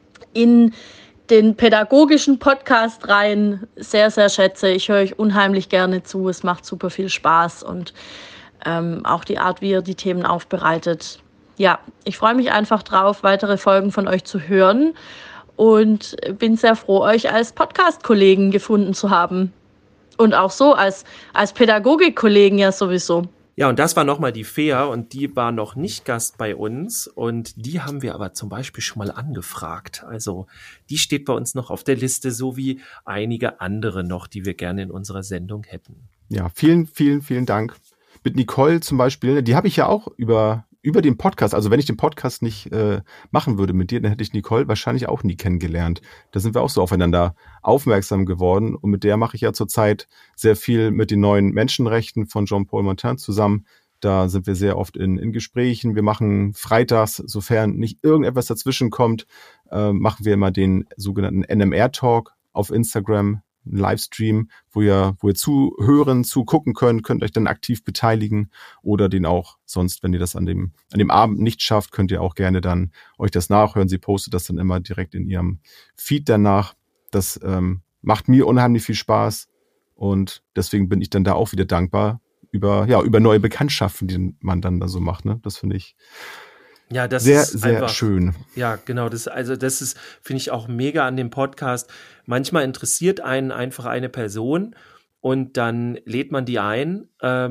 [SPEAKER 10] in den pädagogischen Podcast rein sehr, sehr schätze. Ich höre euch unheimlich gerne zu. Es macht super viel Spaß und auch die Art, wie ihr die Themen aufbereitet. Ja, ich freue mich einfach drauf, weitere Folgen von euch zu hören und bin sehr froh, euch als Podcast-Kollegen gefunden zu haben. Und auch so als Pädagogik-Kollegen ja sowieso.
[SPEAKER 2] Ja, und das war nochmal die Fea und die war noch nicht Gast bei uns und die haben wir aber zum Beispiel schon mal angefragt. Also die steht bei uns noch auf der Liste, so wie einige andere noch, die wir gerne in unserer Sendung hätten.
[SPEAKER 3] Ja, vielen Dank. Mit Nicole zum Beispiel, die habe ich ja auch über den Podcast, also wenn ich den Podcast nicht machen würde mit dir, dann hätte ich Nicole wahrscheinlich auch nie kennengelernt. Da sind wir auch so aufeinander aufmerksam geworden und mit der mache ich ja zurzeit sehr viel mit den neuen Menschenrechten von Jean-Paul Martin zusammen. Da sind wir sehr oft in Gesprächen. Wir machen freitags, sofern nicht irgendetwas dazwischen kommt, machen wir immer den sogenannten NMR-Talk auf Instagram, einen Livestream, wo ihr zuhören, zugucken könnt euch dann aktiv beteiligen oder den auch sonst, wenn ihr das an dem Abend nicht schafft, könnt ihr auch gerne dann euch das nachhören. Sie postet das dann immer direkt in ihrem Feed danach. Das macht mir unheimlich viel Spaß und deswegen bin ich dann da auch wieder dankbar über neue Bekanntschaften, die man dann da so macht. Ne? Das finde ich sehr, sehr einfach schön.
[SPEAKER 2] Ja, genau. Das ist, finde ich, auch mega an dem Podcast. Manchmal interessiert einen einfach eine Person und dann lädt man die ein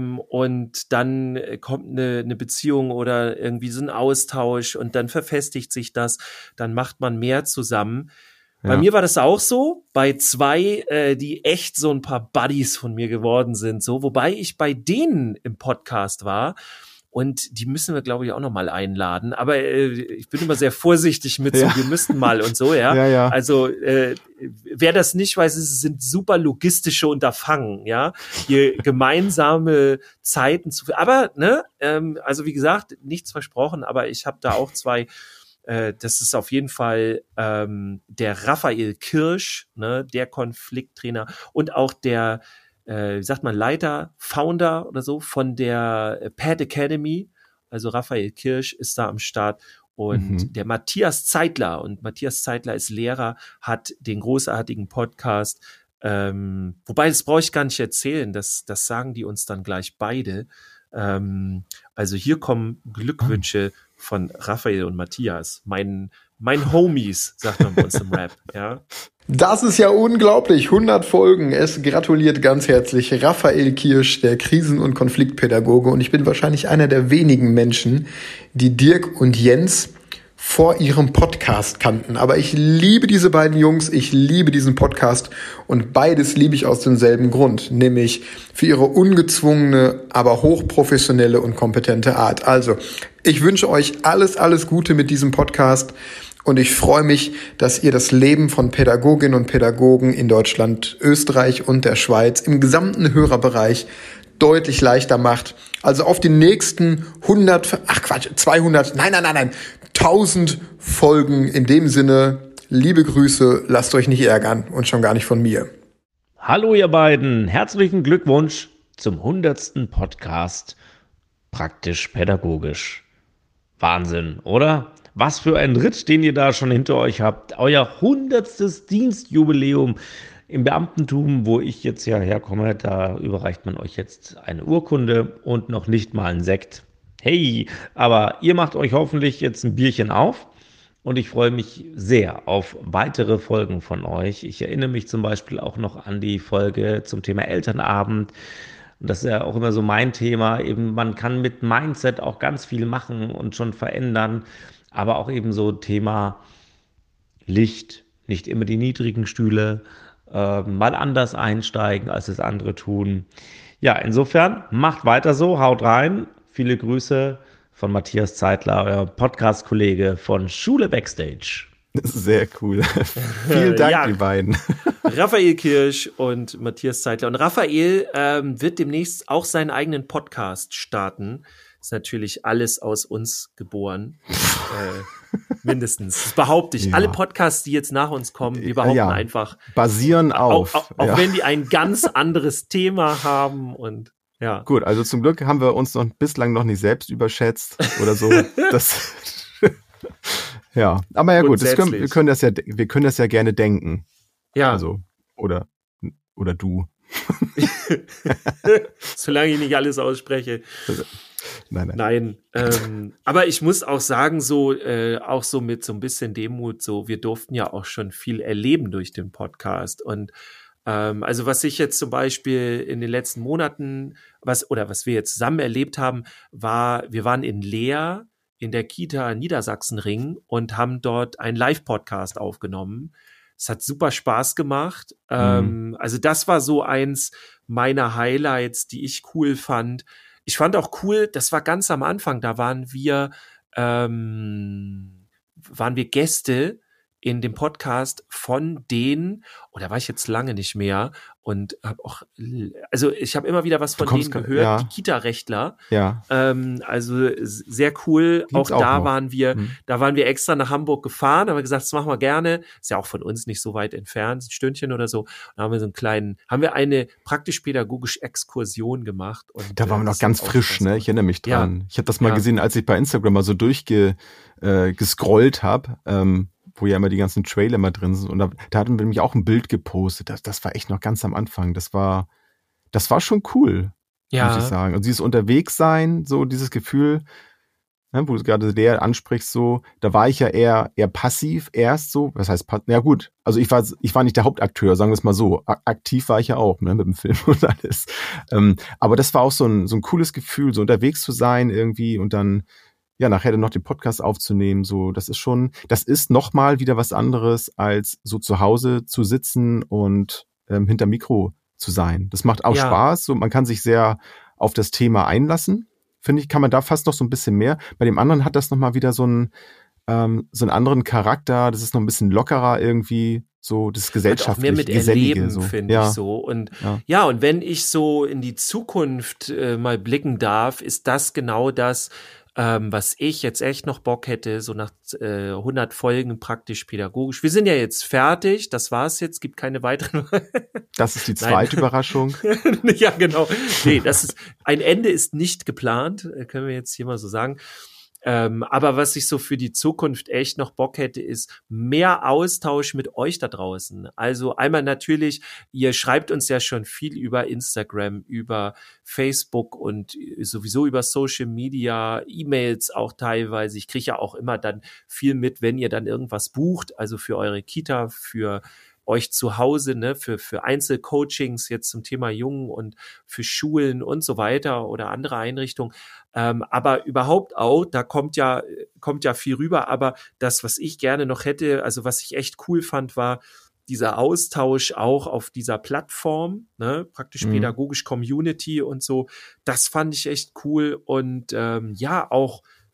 [SPEAKER 2] und dann kommt eine Beziehung oder irgendwie so ein Austausch und dann verfestigt sich das, dann macht man mehr zusammen. Ja. Bei mir war das auch so, bei 2, die echt so ein paar Buddies von mir geworden sind, so, wobei ich bei denen im Podcast war. Und die müssen wir, glaube ich, auch noch mal einladen. Aber ich bin immer sehr vorsichtig mit so, wir müssten mal und so, ja.
[SPEAKER 3] Ja.
[SPEAKER 2] Also wer das nicht weiß, es sind super logistische Unterfangen, ja. Hier gemeinsame Zeiten zu... Aber, ne, also wie gesagt, nichts versprochen, aber ich habe da auch 2... das ist auf jeden Fall der Raphael Kirsch, ne, der Konflikttrainer und auch der wie sagt man, Leiter, Founder oder so von der Pad Academy. Also Raphael Kirsch ist da am Start und der Matthias Zeitler. Und Matthias Zeitler ist Lehrer, hat den großartigen Podcast. Wobei, das brauche ich gar nicht erzählen. Das sagen die uns dann gleich beide. Also hier kommen Glückwünsche von Raphael und Matthias. Mein Homies, sagt man bei uns im Rap, ja.
[SPEAKER 11] Das ist ja unglaublich. 100 Folgen. Es gratuliert ganz herzlich Raphael Kirsch, der Krisen- und Konfliktpädagoge. Und ich bin wahrscheinlich einer der wenigen Menschen, die Dirk und Jens vor ihrem Podcast kannten. Aber ich liebe diese beiden Jungs, ich liebe diesen Podcast und beides liebe ich aus demselben Grund, nämlich für ihre ungezwungene, aber hochprofessionelle und kompetente Art. Also Ich wünsche euch alles Gute mit diesem Podcast und ich freue mich, dass ihr das Leben von Pädagoginnen und Pädagogen in Deutschland, Österreich und der Schweiz im gesamten Hörerbereich deutlich leichter macht. Also auf die nächsten 1000 Folgen. In dem Sinne, liebe Grüße, lasst euch nicht ärgern und schon gar nicht von mir.
[SPEAKER 12] Hallo ihr beiden, herzlichen Glückwunsch zum 100. Podcast Praktisch Pädagogisch. Wahnsinn, oder? Was für ein Ritt, den ihr da schon hinter euch habt. Euer 100. Dienstjubiläum im Beamtentum, wo ich jetzt ja herkomme, da überreicht man euch jetzt eine Urkunde und noch nicht mal einen Sekt. Hey, aber ihr macht euch hoffentlich jetzt ein Bierchen auf und ich freue mich sehr auf weitere Folgen von euch. Ich erinnere mich zum Beispiel auch noch an die Folge zum Thema Elternabend. Und das ist ja auch immer so mein Thema. Eben, man kann mit Mindset auch ganz viel machen und schon verändern, aber auch eben so Thema Licht, nicht immer die niedrigen Stühle, mal anders einsteigen, als es andere tun. Ja, insofern macht weiter so, haut rein. Viele Grüße von Matthias Zeitler, euer Podcast-Kollege von Schule Backstage.
[SPEAKER 3] Sehr cool. Vielen Dank, die beiden.
[SPEAKER 2] Raphael Kirsch und Matthias Zeitler. Und Raphael wird demnächst auch seinen eigenen Podcast starten. Ist natürlich alles aus uns geboren. Mindestens. Das behaupte ich. Ja. Alle Podcasts, die jetzt nach uns kommen, wir behaupten einfach.
[SPEAKER 3] Basieren auf.
[SPEAKER 2] Auch wenn die ein ganz anderes Thema haben und ja.
[SPEAKER 3] Gut, also zum Glück haben wir uns bislang noch nicht selbst überschätzt oder so. Ja, aber ja gut, wir können das ja gerne denken.
[SPEAKER 2] Ja.
[SPEAKER 3] Also, oder du.
[SPEAKER 2] Solange ich nicht alles ausspreche. Nein. Aber ich muss auch sagen, auch so mit so ein bisschen Demut, wir durften ja auch schon viel erleben durch den Podcast. Und also was ich jetzt zum Beispiel in den letzten Monaten, was wir jetzt zusammen erlebt haben, wir waren in Leer in der Kita Niedersachsenring und haben dort einen Live-Podcast aufgenommen. Es hat super Spaß gemacht. Also das war so eins meiner Highlights, die ich cool fand. Ich fand auch cool, das war ganz am Anfang, da waren wir Gäste in dem Podcast von denen, da war ich jetzt lange nicht mehr und habe auch, also ich habe immer wieder was von denen gehört, die Kita-Rechtler.
[SPEAKER 3] Ja.
[SPEAKER 2] Also sehr cool.
[SPEAKER 3] Gibt's
[SPEAKER 2] auch da
[SPEAKER 3] noch.
[SPEAKER 2] waren wir extra nach Hamburg gefahren, haben wir gesagt, das machen wir gerne. Ist ja auch von uns nicht so weit entfernt, ein Stündchen oder so. Da haben wir eine praktisch-pädagogische Exkursion gemacht. Und
[SPEAKER 3] da waren wir noch ganz frisch, ne? Ich erinnere mich dran. Ja. Ich habe das mal gesehen, als ich bei Instagram mal so gescrollt habe, wo ja immer die ganzen Trailer mal drin sind. Und da hatten wir nämlich auch ein Bild gepostet. Das war echt noch ganz am Anfang. Das war schon cool, muss ich sagen. Und dieses Unterwegssein, so dieses Gefühl, ne, wo du gerade Lea ansprichst, so, da war ich ja eher passiv erst so. Was heißt, ja gut, also ich war nicht der Hauptakteur, sagen wir es mal so. Aktiv war ich ja auch, ne, mit dem Film und alles. Aber das war auch so ein cooles Gefühl, so unterwegs zu sein irgendwie und dann nachher dann noch den Podcast aufzunehmen, so, das ist nochmal wieder was anderes, als so zu Hause zu sitzen und hinter Mikro zu sein. Das macht auch Spaß, so, man kann sich sehr auf das Thema einlassen, finde ich, kann man da fast noch so ein bisschen mehr. Bei dem anderen hat das nochmal wieder so einen anderen Charakter, das ist noch ein bisschen lockerer irgendwie, so das gesellschaftliche,
[SPEAKER 2] mehr mit Erleben, so. Finde ich so. Und und wenn ich so in die Zukunft mal blicken darf, ist das genau das, was ich jetzt echt noch Bock hätte, so nach 100 Folgen praktisch pädagogisch. Wir sind ja jetzt fertig, das war's jetzt, gibt keine weiteren.
[SPEAKER 3] Das ist die zweite Überraschung.
[SPEAKER 2] Ja, genau. Nee, ein Ende ist nicht geplant, können wir jetzt hier mal so sagen. Aber was ich so für die Zukunft echt noch Bock hätte, ist mehr Austausch mit euch da draußen. Also einmal natürlich, ihr schreibt uns ja schon viel über Instagram, über Facebook und sowieso über Social Media, E-Mails auch teilweise. Ich kriege ja auch immer dann viel mit, wenn ihr dann irgendwas bucht, also für eure Kita, für euch zu Hause, ne, für Einzelcoachings jetzt zum Thema Jungen und für Schulen und so weiter oder andere Einrichtungen. Aber überhaupt auch, da kommt ja viel rüber. Aber das, was ich gerne noch hätte, also was ich echt cool fand, war dieser Austausch auch auf dieser Plattform, ne, praktisch pädagogisch Community und so. Das fand ich echt cool und auch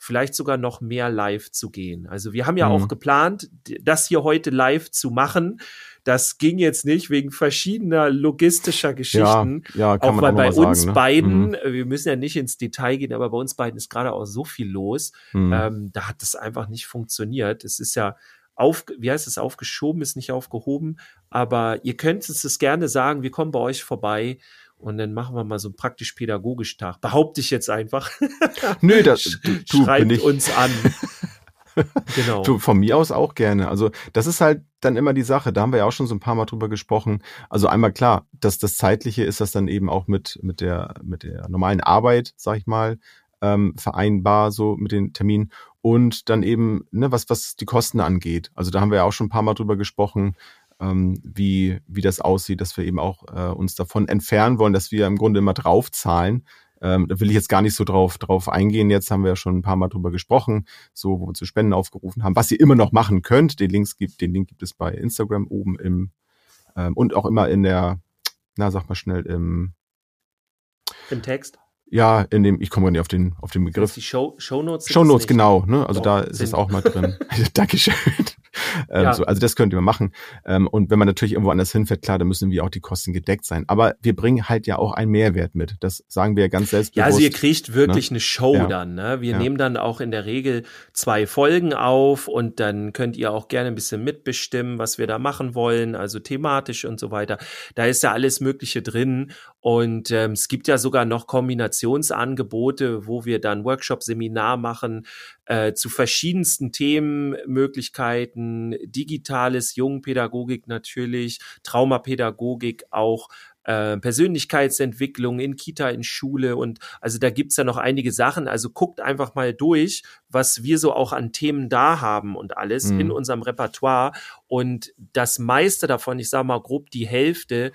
[SPEAKER 2] vielleicht sogar noch mehr live zu gehen. Also wir haben ja auch geplant, das hier heute live zu machen. Das ging jetzt nicht wegen verschiedener logistischer Geschichten.
[SPEAKER 3] Ja, kann
[SPEAKER 2] auch
[SPEAKER 3] man
[SPEAKER 2] weil
[SPEAKER 3] auch
[SPEAKER 2] bei
[SPEAKER 3] noch mal
[SPEAKER 2] uns
[SPEAKER 3] sagen, ne?
[SPEAKER 2] beiden, wir müssen ja nicht ins Detail gehen, aber bei uns beiden ist gerade auch so viel los. Da hat das einfach nicht funktioniert. Es ist ja aufgeschoben, ist nicht aufgehoben. Aber ihr könnt uns das gerne sagen. Wir kommen bei euch vorbei. Und dann machen wir mal so einen praktisch-pädagogisch Tag. Behaupte ich jetzt einfach.
[SPEAKER 3] Nö,
[SPEAKER 2] schreibt uns an. Genau.
[SPEAKER 3] Du, von mir aus auch gerne. Also das ist halt dann immer die Sache. Da haben wir ja auch schon so ein paar Mal drüber gesprochen. Also einmal klar, dass das Zeitliche ist das dann eben auch mit der normalen Arbeit, sag ich mal, vereinbar so mit den Terminen. Und dann eben, ne, was die Kosten angeht. Also da haben wir ja auch schon ein paar Mal drüber gesprochen, wie das aussieht, dass wir eben auch uns davon entfernen wollen, dass wir im Grunde immer draufzahlen. Da will ich jetzt gar nicht so drauf eingehen. Jetzt haben wir ja schon ein paar Mal drüber gesprochen, so wo wir zu Spenden aufgerufen haben, was ihr immer noch machen könnt. Den Link gibt es bei Instagram oben und auch immer in der, sag mal schnell,
[SPEAKER 2] im Text.
[SPEAKER 3] Ja, ich komme nicht auf den Begriff.
[SPEAKER 2] Die Shownotes.
[SPEAKER 3] Shownotes, genau, ne? Also da ist es auch mal drin. Dankeschön. Also das könnt ihr mal machen. Und wenn man natürlich irgendwo anders hinfährt, klar, dann müssen wir auch die Kosten gedeckt sein. Aber wir bringen halt ja auch einen Mehrwert mit. Das sagen wir ja ganz selbstbewusst.
[SPEAKER 2] Ja, also ihr kriegt wirklich eine Show dann. Ne? Wir nehmen dann auch in der Regel 2 Folgen auf und dann könnt ihr auch gerne ein bisschen mitbestimmen, was wir da machen wollen, also thematisch und so weiter. Da ist ja alles Mögliche drin. Und es gibt ja sogar noch Kombinationsangebote, wo wir dann Workshop-Seminar machen, zu verschiedensten Themenmöglichkeiten, digitales Jungpädagogik natürlich, Traumapädagogik auch, Persönlichkeitsentwicklung in Kita, in Schule und also da gibt's ja noch einige Sachen. Also guckt einfach mal durch, was wir so auch an Themen da haben und alles in unserem Repertoire und das meiste davon, ich sage mal grob die Hälfte,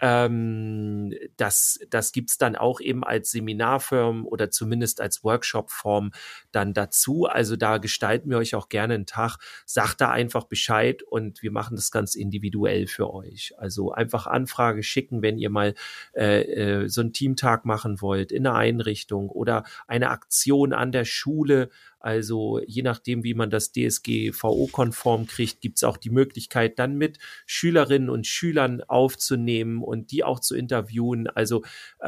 [SPEAKER 2] das gibt's dann auch eben als Seminarform oder zumindest als Workshop-Form dann dazu. Also da gestalten wir euch auch gerne einen Tag. Sagt da einfach Bescheid und wir machen das ganz individuell für euch. Also einfach Anfrage schicken, wenn ihr mal so einen Teamtag machen wollt in einer Einrichtung oder eine Aktion an der Schule. Also je nachdem, wie man das DSGVO-konform kriegt, gibt's auch die Möglichkeit, dann mit Schülerinnen und Schülern aufzunehmen und die auch zu interviewen. Also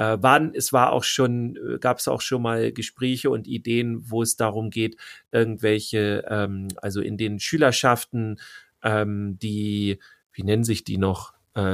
[SPEAKER 2] gab es auch schon mal Gespräche und Ideen, wo es darum geht, irgendwelche, also in den Schülerschaften, wie nennen sich die noch,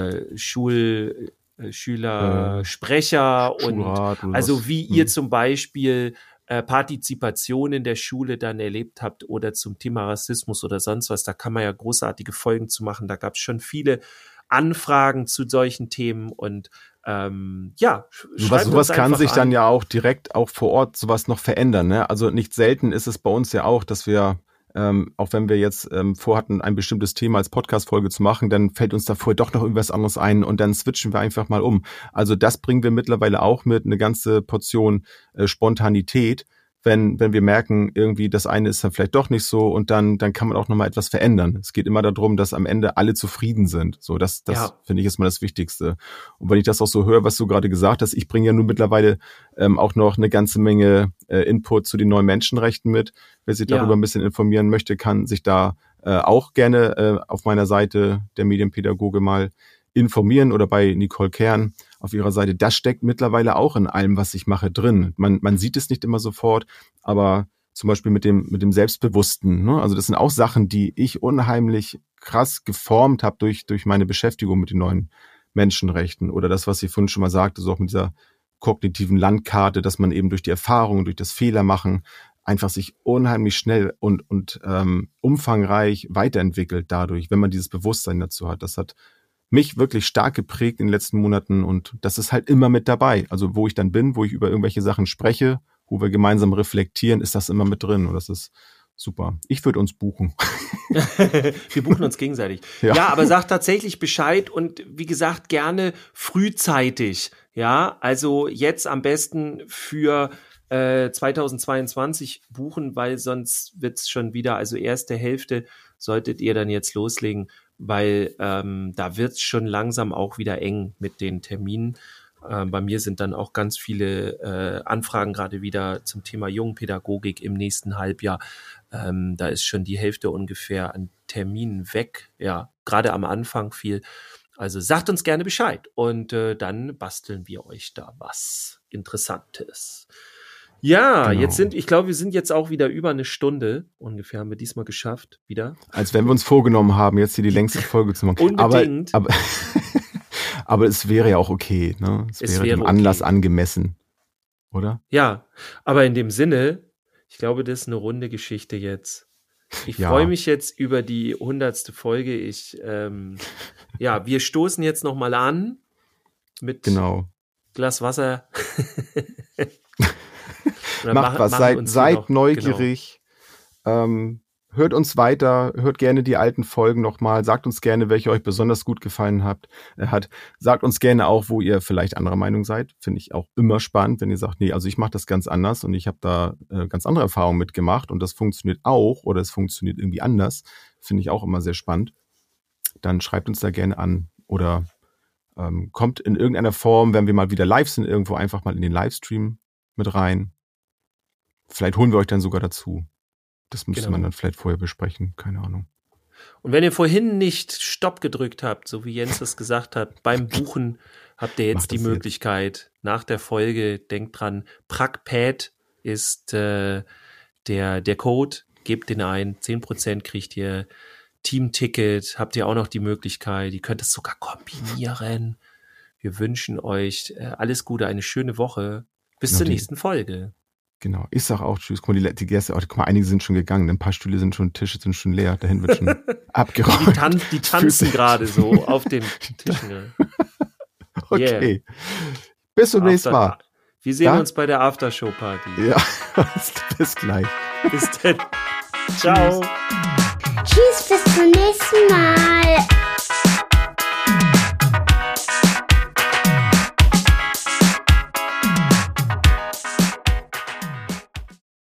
[SPEAKER 2] Schülersprecher und also wie ihr zum Beispiel Partizipation in der Schule dann erlebt habt oder zum Thema Rassismus oder sonst was, da kann man ja großartige Folgen zu machen. Da gab es schon viele Anfragen zu solchen Themen und
[SPEAKER 3] sowas kann sich dann ja auch direkt auch vor Ort sowas noch verändern. Ne? Also nicht selten ist es bei uns ja auch, dass wir auch wenn wir jetzt vorhatten, ein bestimmtes Thema als Podcast-Folge zu machen, dann fällt uns da vorher doch noch irgendwas anderes ein und dann switchen wir einfach mal um. Also das bringen wir mittlerweile auch mit, eine ganze Portion Spontanität, wenn wir merken, irgendwie das eine ist dann vielleicht doch nicht so und dann kann man auch nochmal etwas verändern. Es geht immer darum, dass am Ende alle zufrieden sind. So, das finde ich ist mal das Wichtigste. Und wenn ich das auch so höre, was du gerade gesagt hast, ich bringe ja nun mittlerweile auch noch eine ganze Menge Input zu den neuen Menschenrechten mit. Wer sich darüber ein bisschen informieren möchte, kann sich da auch gerne auf meiner Seite der Medienpädagoge mal informieren oder bei Nicole Kern auf ihrer Seite. Das steckt mittlerweile auch in allem, was ich mache, drin. Man sieht es nicht immer sofort, aber zum Beispiel mit dem Selbstbewussten, ne? Also das sind auch Sachen, die ich unheimlich krass geformt habe durch meine Beschäftigung mit den neuen Menschenrechten oder das, was ich vorhin schon mal sagte, so auch mit dieser kognitiven Landkarte, dass man eben durch die Erfahrung, durch das Fehlermachen einfach sich unheimlich schnell und umfangreich weiterentwickelt dadurch, wenn man dieses Bewusstsein dazu hat. Das hat mich wirklich stark geprägt in den letzten Monaten und das ist halt immer mit dabei. Also wo ich dann bin, wo ich über irgendwelche Sachen spreche, wo wir gemeinsam reflektieren, ist das immer mit drin und das ist super. Ich würde uns buchen.
[SPEAKER 2] Wir buchen uns gegenseitig. Ja, aber sagt tatsächlich Bescheid und wie gesagt, gerne frühzeitig. Ja, also jetzt am besten für 2022 buchen, weil sonst wird's schon wieder, also erste Hälfte solltet ihr dann jetzt loslegen, weil da wird's schon langsam auch wieder eng mit den Terminen. Bei mir sind dann auch ganz viele Anfragen gerade wieder zum Thema Jungpädagogik im nächsten Halbjahr. Da ist schon die Hälfte ungefähr an Terminen weg. Ja, gerade am Anfang viel. Also sagt uns gerne Bescheid und dann basteln wir euch da was Interessantes. Ja, genau. Ich glaube, wir sind jetzt auch wieder über eine Stunde ungefähr, haben wir diesmal geschafft, wieder.
[SPEAKER 3] Als wenn wir uns vorgenommen haben, jetzt hier die längste Folge zu machen.
[SPEAKER 2] Unbedingt.
[SPEAKER 3] Aber es wäre ja auch okay, ne? Es wäre dem Anlass angemessen, oder?
[SPEAKER 2] Ja, aber in dem Sinne, ich glaube, das ist eine runde Geschichte jetzt. Ich freue mich jetzt über die 100. Folge. Wir stoßen jetzt nochmal an mit Glas Wasser.
[SPEAKER 3] Macht was, seid neugierig. Genau. Hört uns weiter, hört gerne die alten Folgen nochmal, sagt uns gerne, welche euch besonders gut gefallen hat. Sagt uns gerne auch, wo ihr vielleicht anderer Meinung seid. Finde ich auch immer spannend, wenn ihr sagt, nee, also ich mache das ganz anders und ich habe da ganz andere Erfahrungen mitgemacht und das funktioniert auch oder es funktioniert irgendwie anders. Finde ich auch immer sehr spannend. Dann schreibt uns da gerne an oder kommt in irgendeiner Form, wenn wir mal wieder live sind, irgendwo einfach mal in den Livestream mit rein. Vielleicht holen wir euch dann sogar dazu. Das müsste man dann vielleicht vorher besprechen, keine Ahnung.
[SPEAKER 2] Und wenn ihr vorhin nicht Stopp gedrückt habt, so wie Jens das gesagt hat, beim Buchen habt ihr jetzt die Möglichkeit, nach der Folge, denkt dran, PragPad ist der Code, gebt den ein, 10% kriegt ihr, Teamticket habt ihr auch noch die Möglichkeit, ihr könnt es sogar kombinieren. Wir wünschen euch alles Gute, eine schöne Woche, bis zur nächsten Folge.
[SPEAKER 3] Genau, ich sag auch tschüss. Guck mal, die Gäste, guck mal, einige sind schon gegangen, ein paar Stühle sind schon, Tische sind schon leer, dahin wird schon abgeräumt.
[SPEAKER 2] Die tanzen gerade so auf den Tischen.
[SPEAKER 3] Okay, bis zum nächsten Mal.
[SPEAKER 2] Wir sehen uns bei der Aftershow-Party.
[SPEAKER 3] Ja, bis gleich.
[SPEAKER 2] Bis dann. Ciao.
[SPEAKER 1] Tschüss, bis zum nächsten Mal.